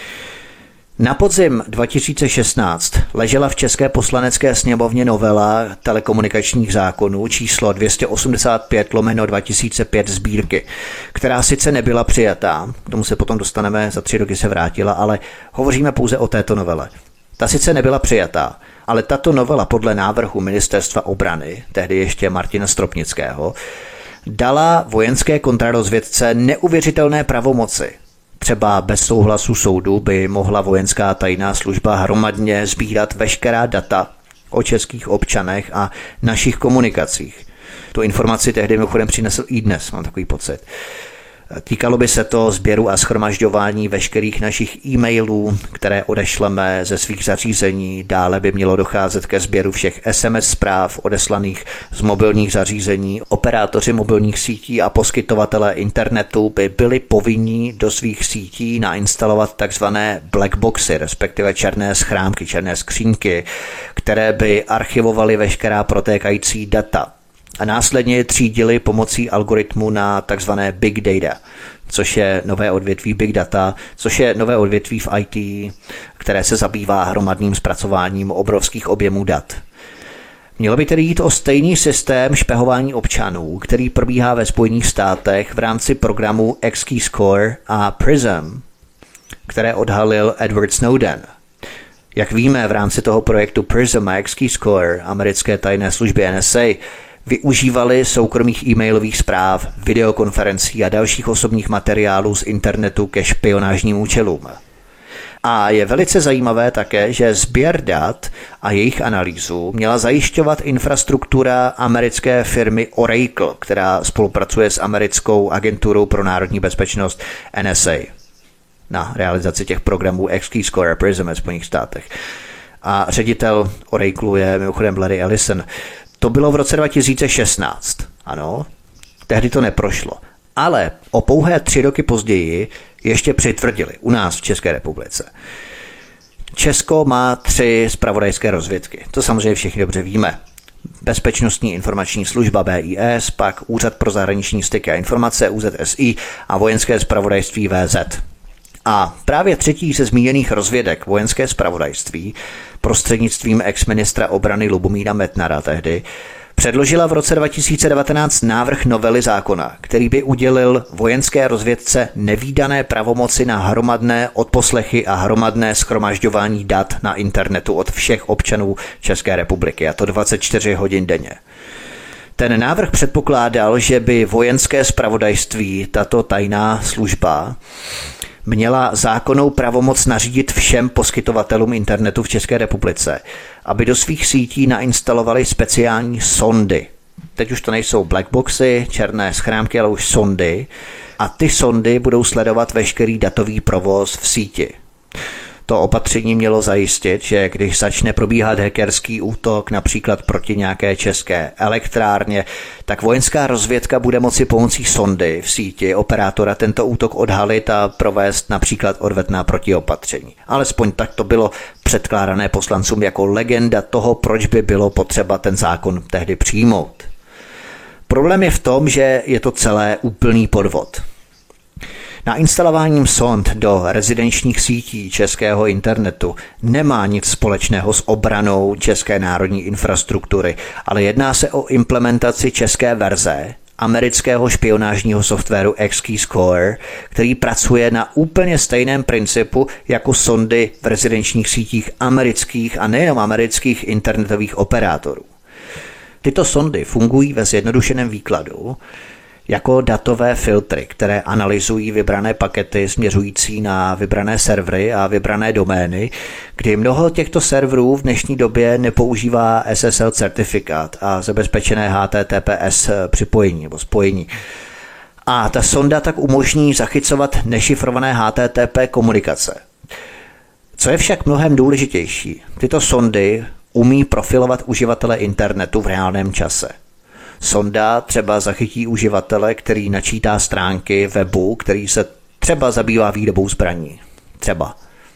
Na podzim dva tisíce šestnáct ležela v České poslanecké sněmovně novela telekomunikačních zákonů číslo dvě stě osmdesát pět lomeno dva tisíce pět sbírky, která sice nebyla přijatá, k tomu se potom dostaneme, za tři roky se vrátila, ale hovoříme pouze o této novele. Ta sice nebyla přijatá, ale tato novela podle návrhu Ministerstva obrany, tehdy ještě Martina Stropnického, dala vojenské kontrarozvědce neuvěřitelné pravomoci. Třeba bez souhlasu soudu by mohla vojenská tajná služba hromadně sbírat veškerá data o českých občanech a našich komunikacích. Tu informaci tehdy mimochodem přinesl i dnes, mám takový pocit. Týkalo by se to sběru a shromažďování veškerých našich e-mailů, které odešleme ze svých zařízení. Dále by mělo docházet ke sběru všech S M S zpráv odeslaných z mobilních zařízení. Operátoři mobilních sítí a poskytovatelé internetu by byli povinni do svých sítí nainstalovat takzvané black boxy, respektive černé schránky, černé skřínky, které by archivovaly veškerá protékající data. A následně je třídili pomocí algoritmu na takzvané big data, což je nové odvětví big data, což je nové odvětví v I T, které se zabývá hromadným zpracováním obrovských objemů dat. Mělo by tedy jít o stejný systém špehování občanů, který probíhá ve Spojených státech v rámci programu X-Keyscore a Prism, které odhalil Edward Snowden. Jak víme, v rámci toho projektu Prism a X-Keyscore americké tajné služby N S A využívali soukromých e-mailových zpráv, videokonferencí a dalších osobních materiálů z internetu ke špionážním účelům. A je velice zajímavé také, že sběr dat a jejich analýzu měla zajišťovat infrastruktura americké firmy Oracle, která spolupracuje s americkou agenturou pro národní bezpečnost N S A na realizaci těch programů X-Keyscore a Prism ve Spojených státech. A ředitel Oracle je mimochodem Larry Ellison. To bylo v roce dva tisíce šestnáct, ano, tehdy to neprošlo. Ale o pouhé tři roky později ještě přitvrdili u nás v České republice. Česko má tři zpravodajské rozvědky, to samozřejmě všichni dobře víme. Bezpečnostní informační služba B I S, pak Úřad pro zahraniční styky a informace U Z S I a vojenské zpravodajství V Z. A právě třetí ze zmíněných rozvědek vojenské zpravodajství prostřednictvím ex-ministra obrany Lubomíra Metnara tehdy předložila v roce dva tisíce devatenáct návrh novely zákona, který by udělil vojenské rozvědce nevídané pravomoci na hromadné odposlechy a hromadné shromažďování dat na internetu od všech občanů České republiky, a to dvacet čtyři hodin denně. Ten návrh předpokládal, že by vojenské zpravodajství, tato tajná služba, měla zákonnou pravomoc nařídit všem poskytovatelům internetu v České republice, aby do svých sítí nainstalovali speciální sondy. Teď už to nejsou blackboxy, černé schránky, ale už sondy. A ty sondy budou sledovat veškerý datový provoz v síti. To opatření mělo zajistit, že když začne probíhat hackerský útok například proti nějaké české elektrárně, tak vojenská rozvědka bude moci pomocí sondy v síti operátora tento útok odhalit a provést například odvetná protiopatření. Alespoň tak to bylo předkládané poslancům jako legenda toho, proč by bylo potřeba ten zákon tehdy přijmout. Problém je v tom, že je to celé úplný podvod. Nainstalováním sond do rezidenčních sítí českého internetu nemá nic společného s obranou české národní infrastruktury, ale jedná se o implementaci české verze amerického špionážního softwaru X-Keyscore, který pracuje na úplně stejném principu jako sondy v rezidenčních sítích amerických a nejenom amerických internetových operátorů. Tyto sondy fungují ve zjednodušeném výkladu jako datové filtry, které analyzují vybrané pakety směřující na vybrané servery a vybrané domény, kdy mnoho těchto serverů v dnešní době nepoužívá S S L certifikát a zabezpečené H T T P S připojení nebo spojení. A ta sonda tak umožní zachycovat nešifrované H T T P komunikace. Co je však mnohem důležitější, tyto sondy umí profilovat uživatele internetu v reálném čase. Sonda třeba zachytí uživatele, který načítá stránky webu, který se třeba zabývá výrobou zbraní. Třeba.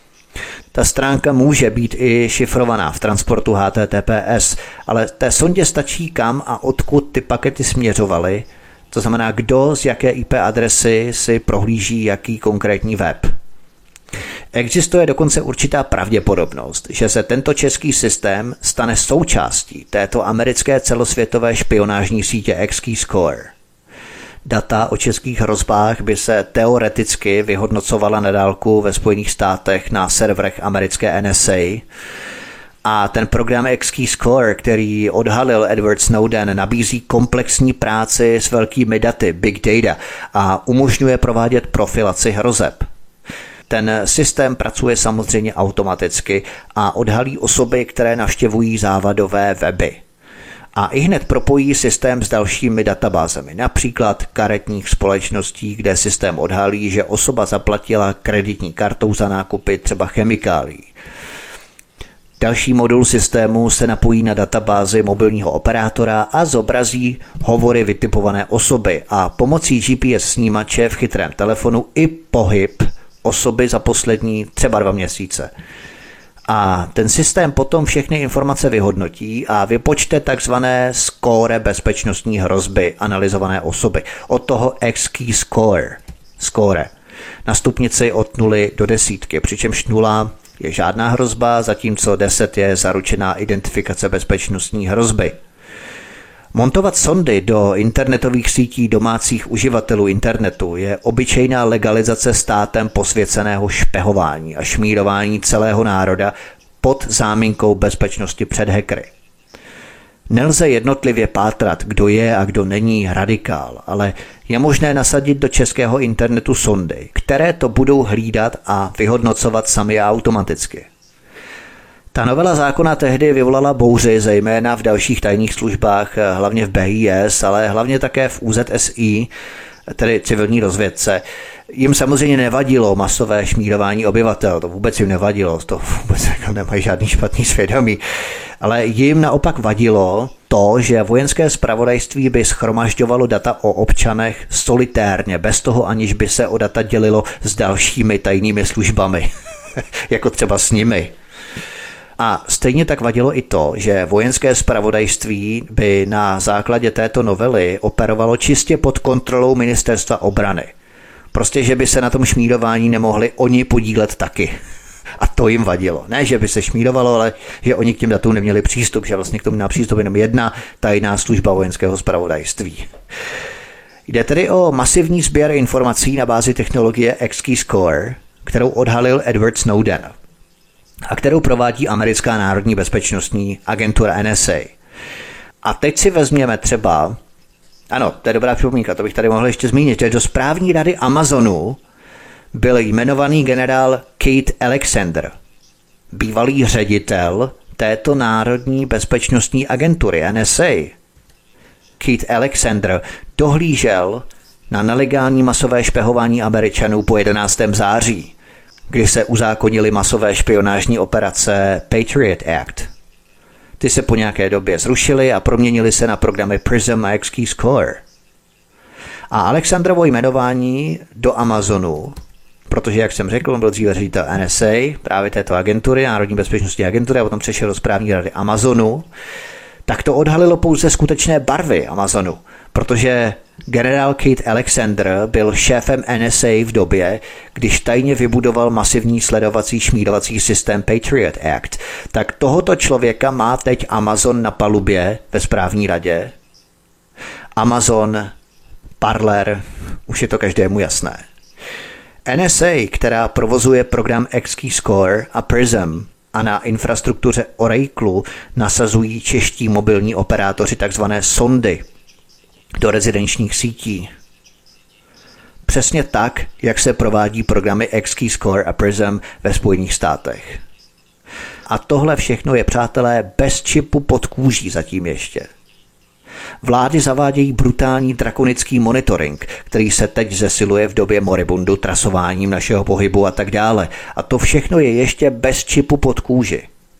Ta stránka může být i šifrovaná v transportu H T T P S, ale té sondě stačí, kam a odkud ty pakety směřovaly, to znamená, kdo z jaké I P adresy si prohlíží jaký konkrétní web. Existuje dokonce určitá pravděpodobnost, že se tento český systém stane součástí této americké celosvětové špionážní sítě X-Keyscore. Data o českých hrozbách by se teoreticky vyhodnocovala na dálku ve Spojených státech na serverech americké N S A a ten program X-Keyscore, který odhalil Edward Snowden, nabízí komplexní práci s velkými daty, big data, a umožňuje provádět profilaci hrozeb. Ten systém pracuje samozřejmě automaticky a odhalí osoby, které navštěvují závadové weby. A ihned propojí systém s dalšími databázemi, například karetních společností, kde systém odhalí, že osoba zaplatila kreditní kartou za nákupy třeba chemikálií. Další modul systému se napojí na databázi mobilního operátora a zobrazí hovory vytipované osoby a pomocí G P S snímače v chytrém telefonu i pohyb osoby za poslední třeba dva měsíce. A ten systém potom všechny informace vyhodnotí a vypočte takzvané skóre bezpečnostní hrozby analyzované osoby. Od toho X-Keyscore, skóre, na stupnici od nuly do desítky, přičemž nula je žádná hrozba, zatímco deset je zaručená identifikace bezpečnostní hrozby. Montovat sondy do internetových sítí domácích uživatelů internetu je obyčejná legalizace státem posvěceného špehování a šmírování celého národa pod záminkou bezpečnosti před hackery. Nelze jednotlivě pátrat, kdo je a kdo není radikál, ale je možné nasadit do českého internetu sondy, které to budou hlídat a vyhodnocovat sami automaticky. Ta novela zákona tehdy vyvolala bouři, zejména v dalších tajných službách, hlavně v B I S, ale hlavně také v U Z S I, tedy civilní rozvědce. Jim samozřejmě nevadilo masové šmírování obyvatel, to vůbec jim nevadilo, to vůbec nemají žádný špatný svědomí, ale jim naopak vadilo to, že vojenské zpravodajství by shromažďovalo data o občanech solitérně, bez toho aniž by se o data dělilo s dalšími tajnými službami, jako třeba s nimi. A stejně tak vadilo i to, že vojenské zpravodajství by na základě této novely operovalo čistě pod kontrolou ministerstva obrany. Prostě, že by se na tom šmírování nemohli oni podílet taky. A to jim vadilo. Ne, že by se šmírovalo, ale že oni k těm datům neměli přístup, že vlastně k tomu má přístup jenom jedna tajná služba vojenského zpravodajství. Jde tedy o masivní sběr informací na bázi technologie X-Keyscore, kterou odhalil Edward Snowden a kterou provádí americká národní bezpečnostní agentura N S A. A teď si vezměme třeba, ano, to je dobrá připomínka, to bych tady mohl ještě zmínit, že do správní rady Amazonu byl jmenovaný generál Keith Alexander, bývalý ředitel této národní bezpečnostní agentury N S A. Keith Alexander dohlížel na nelegální masové špehování Američanů po jedenáctého září. kdy se uzákonily masové špionážní operace Patriot Act. Ty se po nějaké době zrušily a proměnily se na programy PRISM a X-Keyscore. A Alexandrovo jmenování do Amazonu, protože, jak jsem řekl, on byl dříve ředitel N S A, právě této agentury, Národní bezpečnostní agentury, a potom přešel do správní rady Amazonu, tak to odhalilo pouze skutečné barvy Amazonu, protože generál Keith Alexander byl šéfem N S A v době, když tajně vybudoval masivní sledovací šmírovací systém Patriot Act. Tak tohoto člověka má teď Amazon na palubě ve správní radě. Amazon, Parler, už je to každému jasné. N S A, která provozuje program X-Keyscore a PRISM, a na infrastruktuře Oracle nasazují čeští mobilní operátoři takzvané sondy do rezidenčních sítí. Přesně tak, jak se provádí programy X-Keyscore a PRISM ve Spojených státech. A tohle všechno je, přátelé, bez čipu pod kůží zatím ještě. Vlády zavádějí brutální drakonický monitoring, který se teď zesiluje v době moribundu trasováním našeho pohybu a tak dále. A to všechno je ještě bez čipu pod kůži.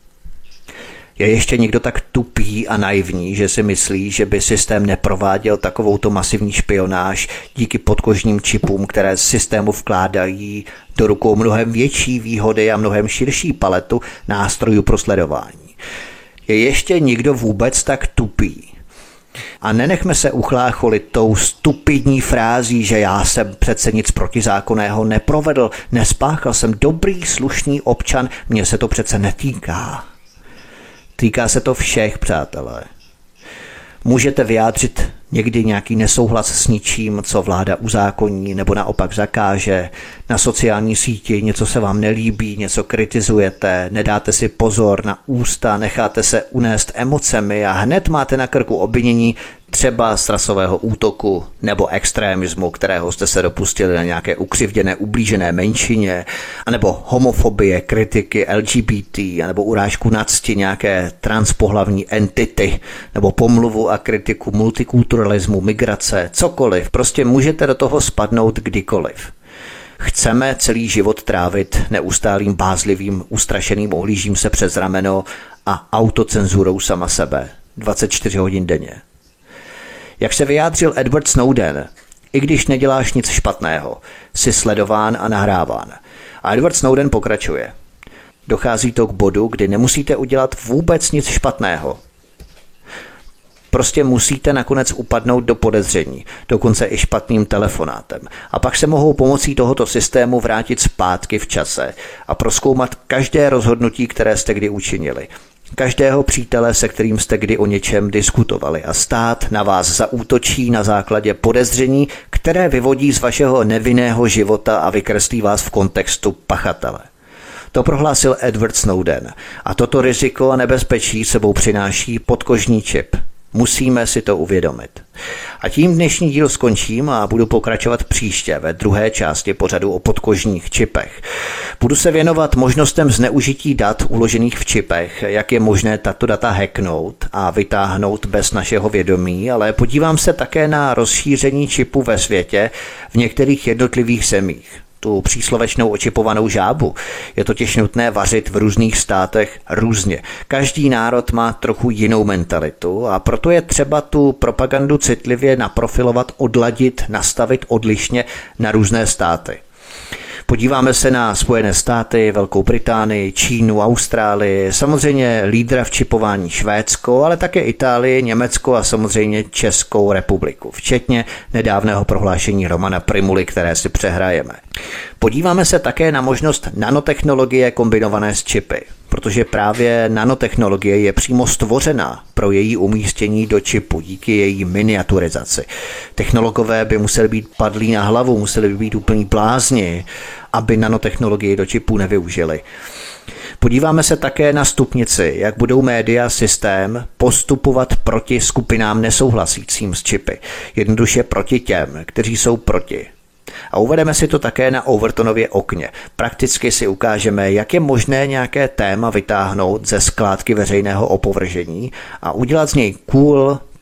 Je ještě někdo tak tupý a naivní, že si myslí, že by systém neprováděl takovouto masivní špionáž díky podkožním čipům, které z systému vkládají do rukou mnohem větší výhody a mnohem širší paletu nástrojů pro sledování. Je ještě někdo vůbec tak tupý? A nenechme se uchlácholit tou stupidní frází, že já jsem přece nic protizákonného neprovedl, nespáchal jsem dobrý, slušný občan, mně se to přece netýká. Týká se to všech, přátelé. Můžete vyjádřit někdy nějaký nesouhlas s ničím, co vláda uzákoní nebo naopak zakáže. Na sociální síti něco se vám nelíbí, něco kritizujete, nedáte si pozor na ústa, necháte se unést emocemi a hned máte na krku obvinění třeba z rasového útoku nebo extrémismu, kterého jste se dopustili na nějaké ukřivděné, ublížené menšině, anebo homofobie, kritiky L G B T, anebo urážku na cti nějaké transpohlavní entity, nebo pomluvu a kritiku multikulturalismu, migrace, cokoliv. Prostě můžete do toho spadnout kdykoliv. Chceme celý život trávit neustálým bázlivým, ustrašeným ohlížím se přes rameno a autocenzurou sama sebe. dvacet čtyři hodin denně. Jak se vyjádřil Edward Snowden, i když neděláš nic špatného, jsi sledován a nahráván. A Edward Snowden pokračuje. Dochází to k bodu, kdy nemusíte udělat vůbec nic špatného. Prostě musíte nakonec upadnout do podezření, dokonce i špatným telefonátem. A pak se mohou pomocí tohoto systému vrátit zpátky v čase a prozkoumat každé rozhodnutí, které jste kdy učinili. Každého přítele, se kterým jste kdy o něčem diskutovali, a stát na vás zaútočí na základě podezření, které vyvodí z vašeho nevinného života a vykreslí vás v kontextu pachatele. To prohlásil Edward Snowden a toto riziko a nebezpečí sebou přináší podkožní čip. Musíme si to uvědomit. A tím dnešní díl skončím a budu pokračovat příště ve druhé části pořadu o podkožních čipech. Budu se věnovat možnostem zneužití dat uložených v čipech, jak je možné tato data hacknout a vytáhnout bez našeho vědomí, ale podívám se také na rozšíření čipu ve světě v některých jednotlivých zemích. Tu příslovečnou očipovanou žábu je totiž nutné vařit v různých státech různě. Každý národ má trochu jinou mentalitu a proto je třeba tu propagandu citlivě naprofilovat, odladit, nastavit odlišně na různé státy. Podíváme se na Spojené státy, Velkou Británii, Čínu, Austrálii, samozřejmě lídra v čipování Švédsko, ale také Itálii, Německo a samozřejmě Českou republiku, včetně nedávného prohlášení Romana Prymuly, které si přehrajeme. Podíváme se také na možnost nanotechnologie kombinované s čipy, protože právě nanotechnologie je přímo stvořená pro její umístění do čipu díky její miniaturizaci. Technologové by museli být padlí na hlavu, museli by být úplní blázni, aby nanotechnologii do čipu nevyužili. Podíváme se také na stupnici, jak budou média systém postupovat proti skupinám nesouhlasícím s čipy, jednoduše proti těm, kteří jsou proti. A uvedeme si to také na Overtonově okně. Prakticky si ukážeme, jak je možné nějaké téma vytáhnout ze skládky veřejného opovržení a udělat z něj cool,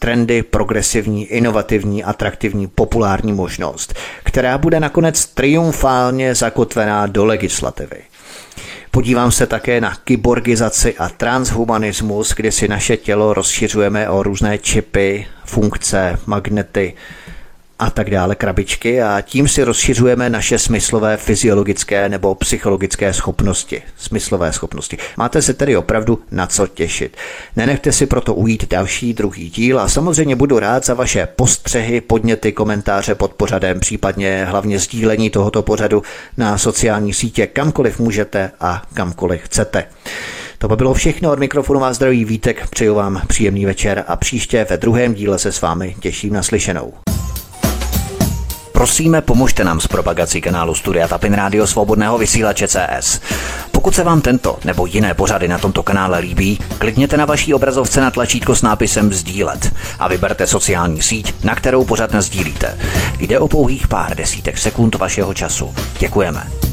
trendy, progresivní, inovativní, atraktivní, populární možnost, která bude nakonec triumfálně zakotvená do legislativy. Podívám se také na kyborgizaci a transhumanismus, kdy si naše tělo rozšiřujeme o různé čipy, funkce, magnety a tak dále, krabičky, a tím si rozšiřujeme naše smyslové, fyziologické nebo psychologické schopnosti. Smyslové schopnosti. Máte se tedy opravdu na co těšit. Nenechte si proto ujít další, druhý díl a samozřejmě budu rád za vaše postřehy, podněty, komentáře pod pořadem, případně hlavně sdílení tohoto pořadu na sociální sítě kamkoliv můžete a kamkoliv chcete. To by bylo všechno, od mikrofonu vás zdraví Vítek, přeju vám příjemný večer a příště ve druhém díle se s vámi těším na slyšenou. Prosíme, pomožte nám s propagací kanálu Studia Tapin Rádio Svobodného vysílače C S. Pokud se vám tento nebo jiné pořady na tomto kanále líbí, klikněte na vaší obrazovce na tlačítko s nápisem sdílet a vyberte sociální síť, na kterou pořad nasdílíte. Jde o pouhých pár desítek sekund vašeho času. Děkujeme.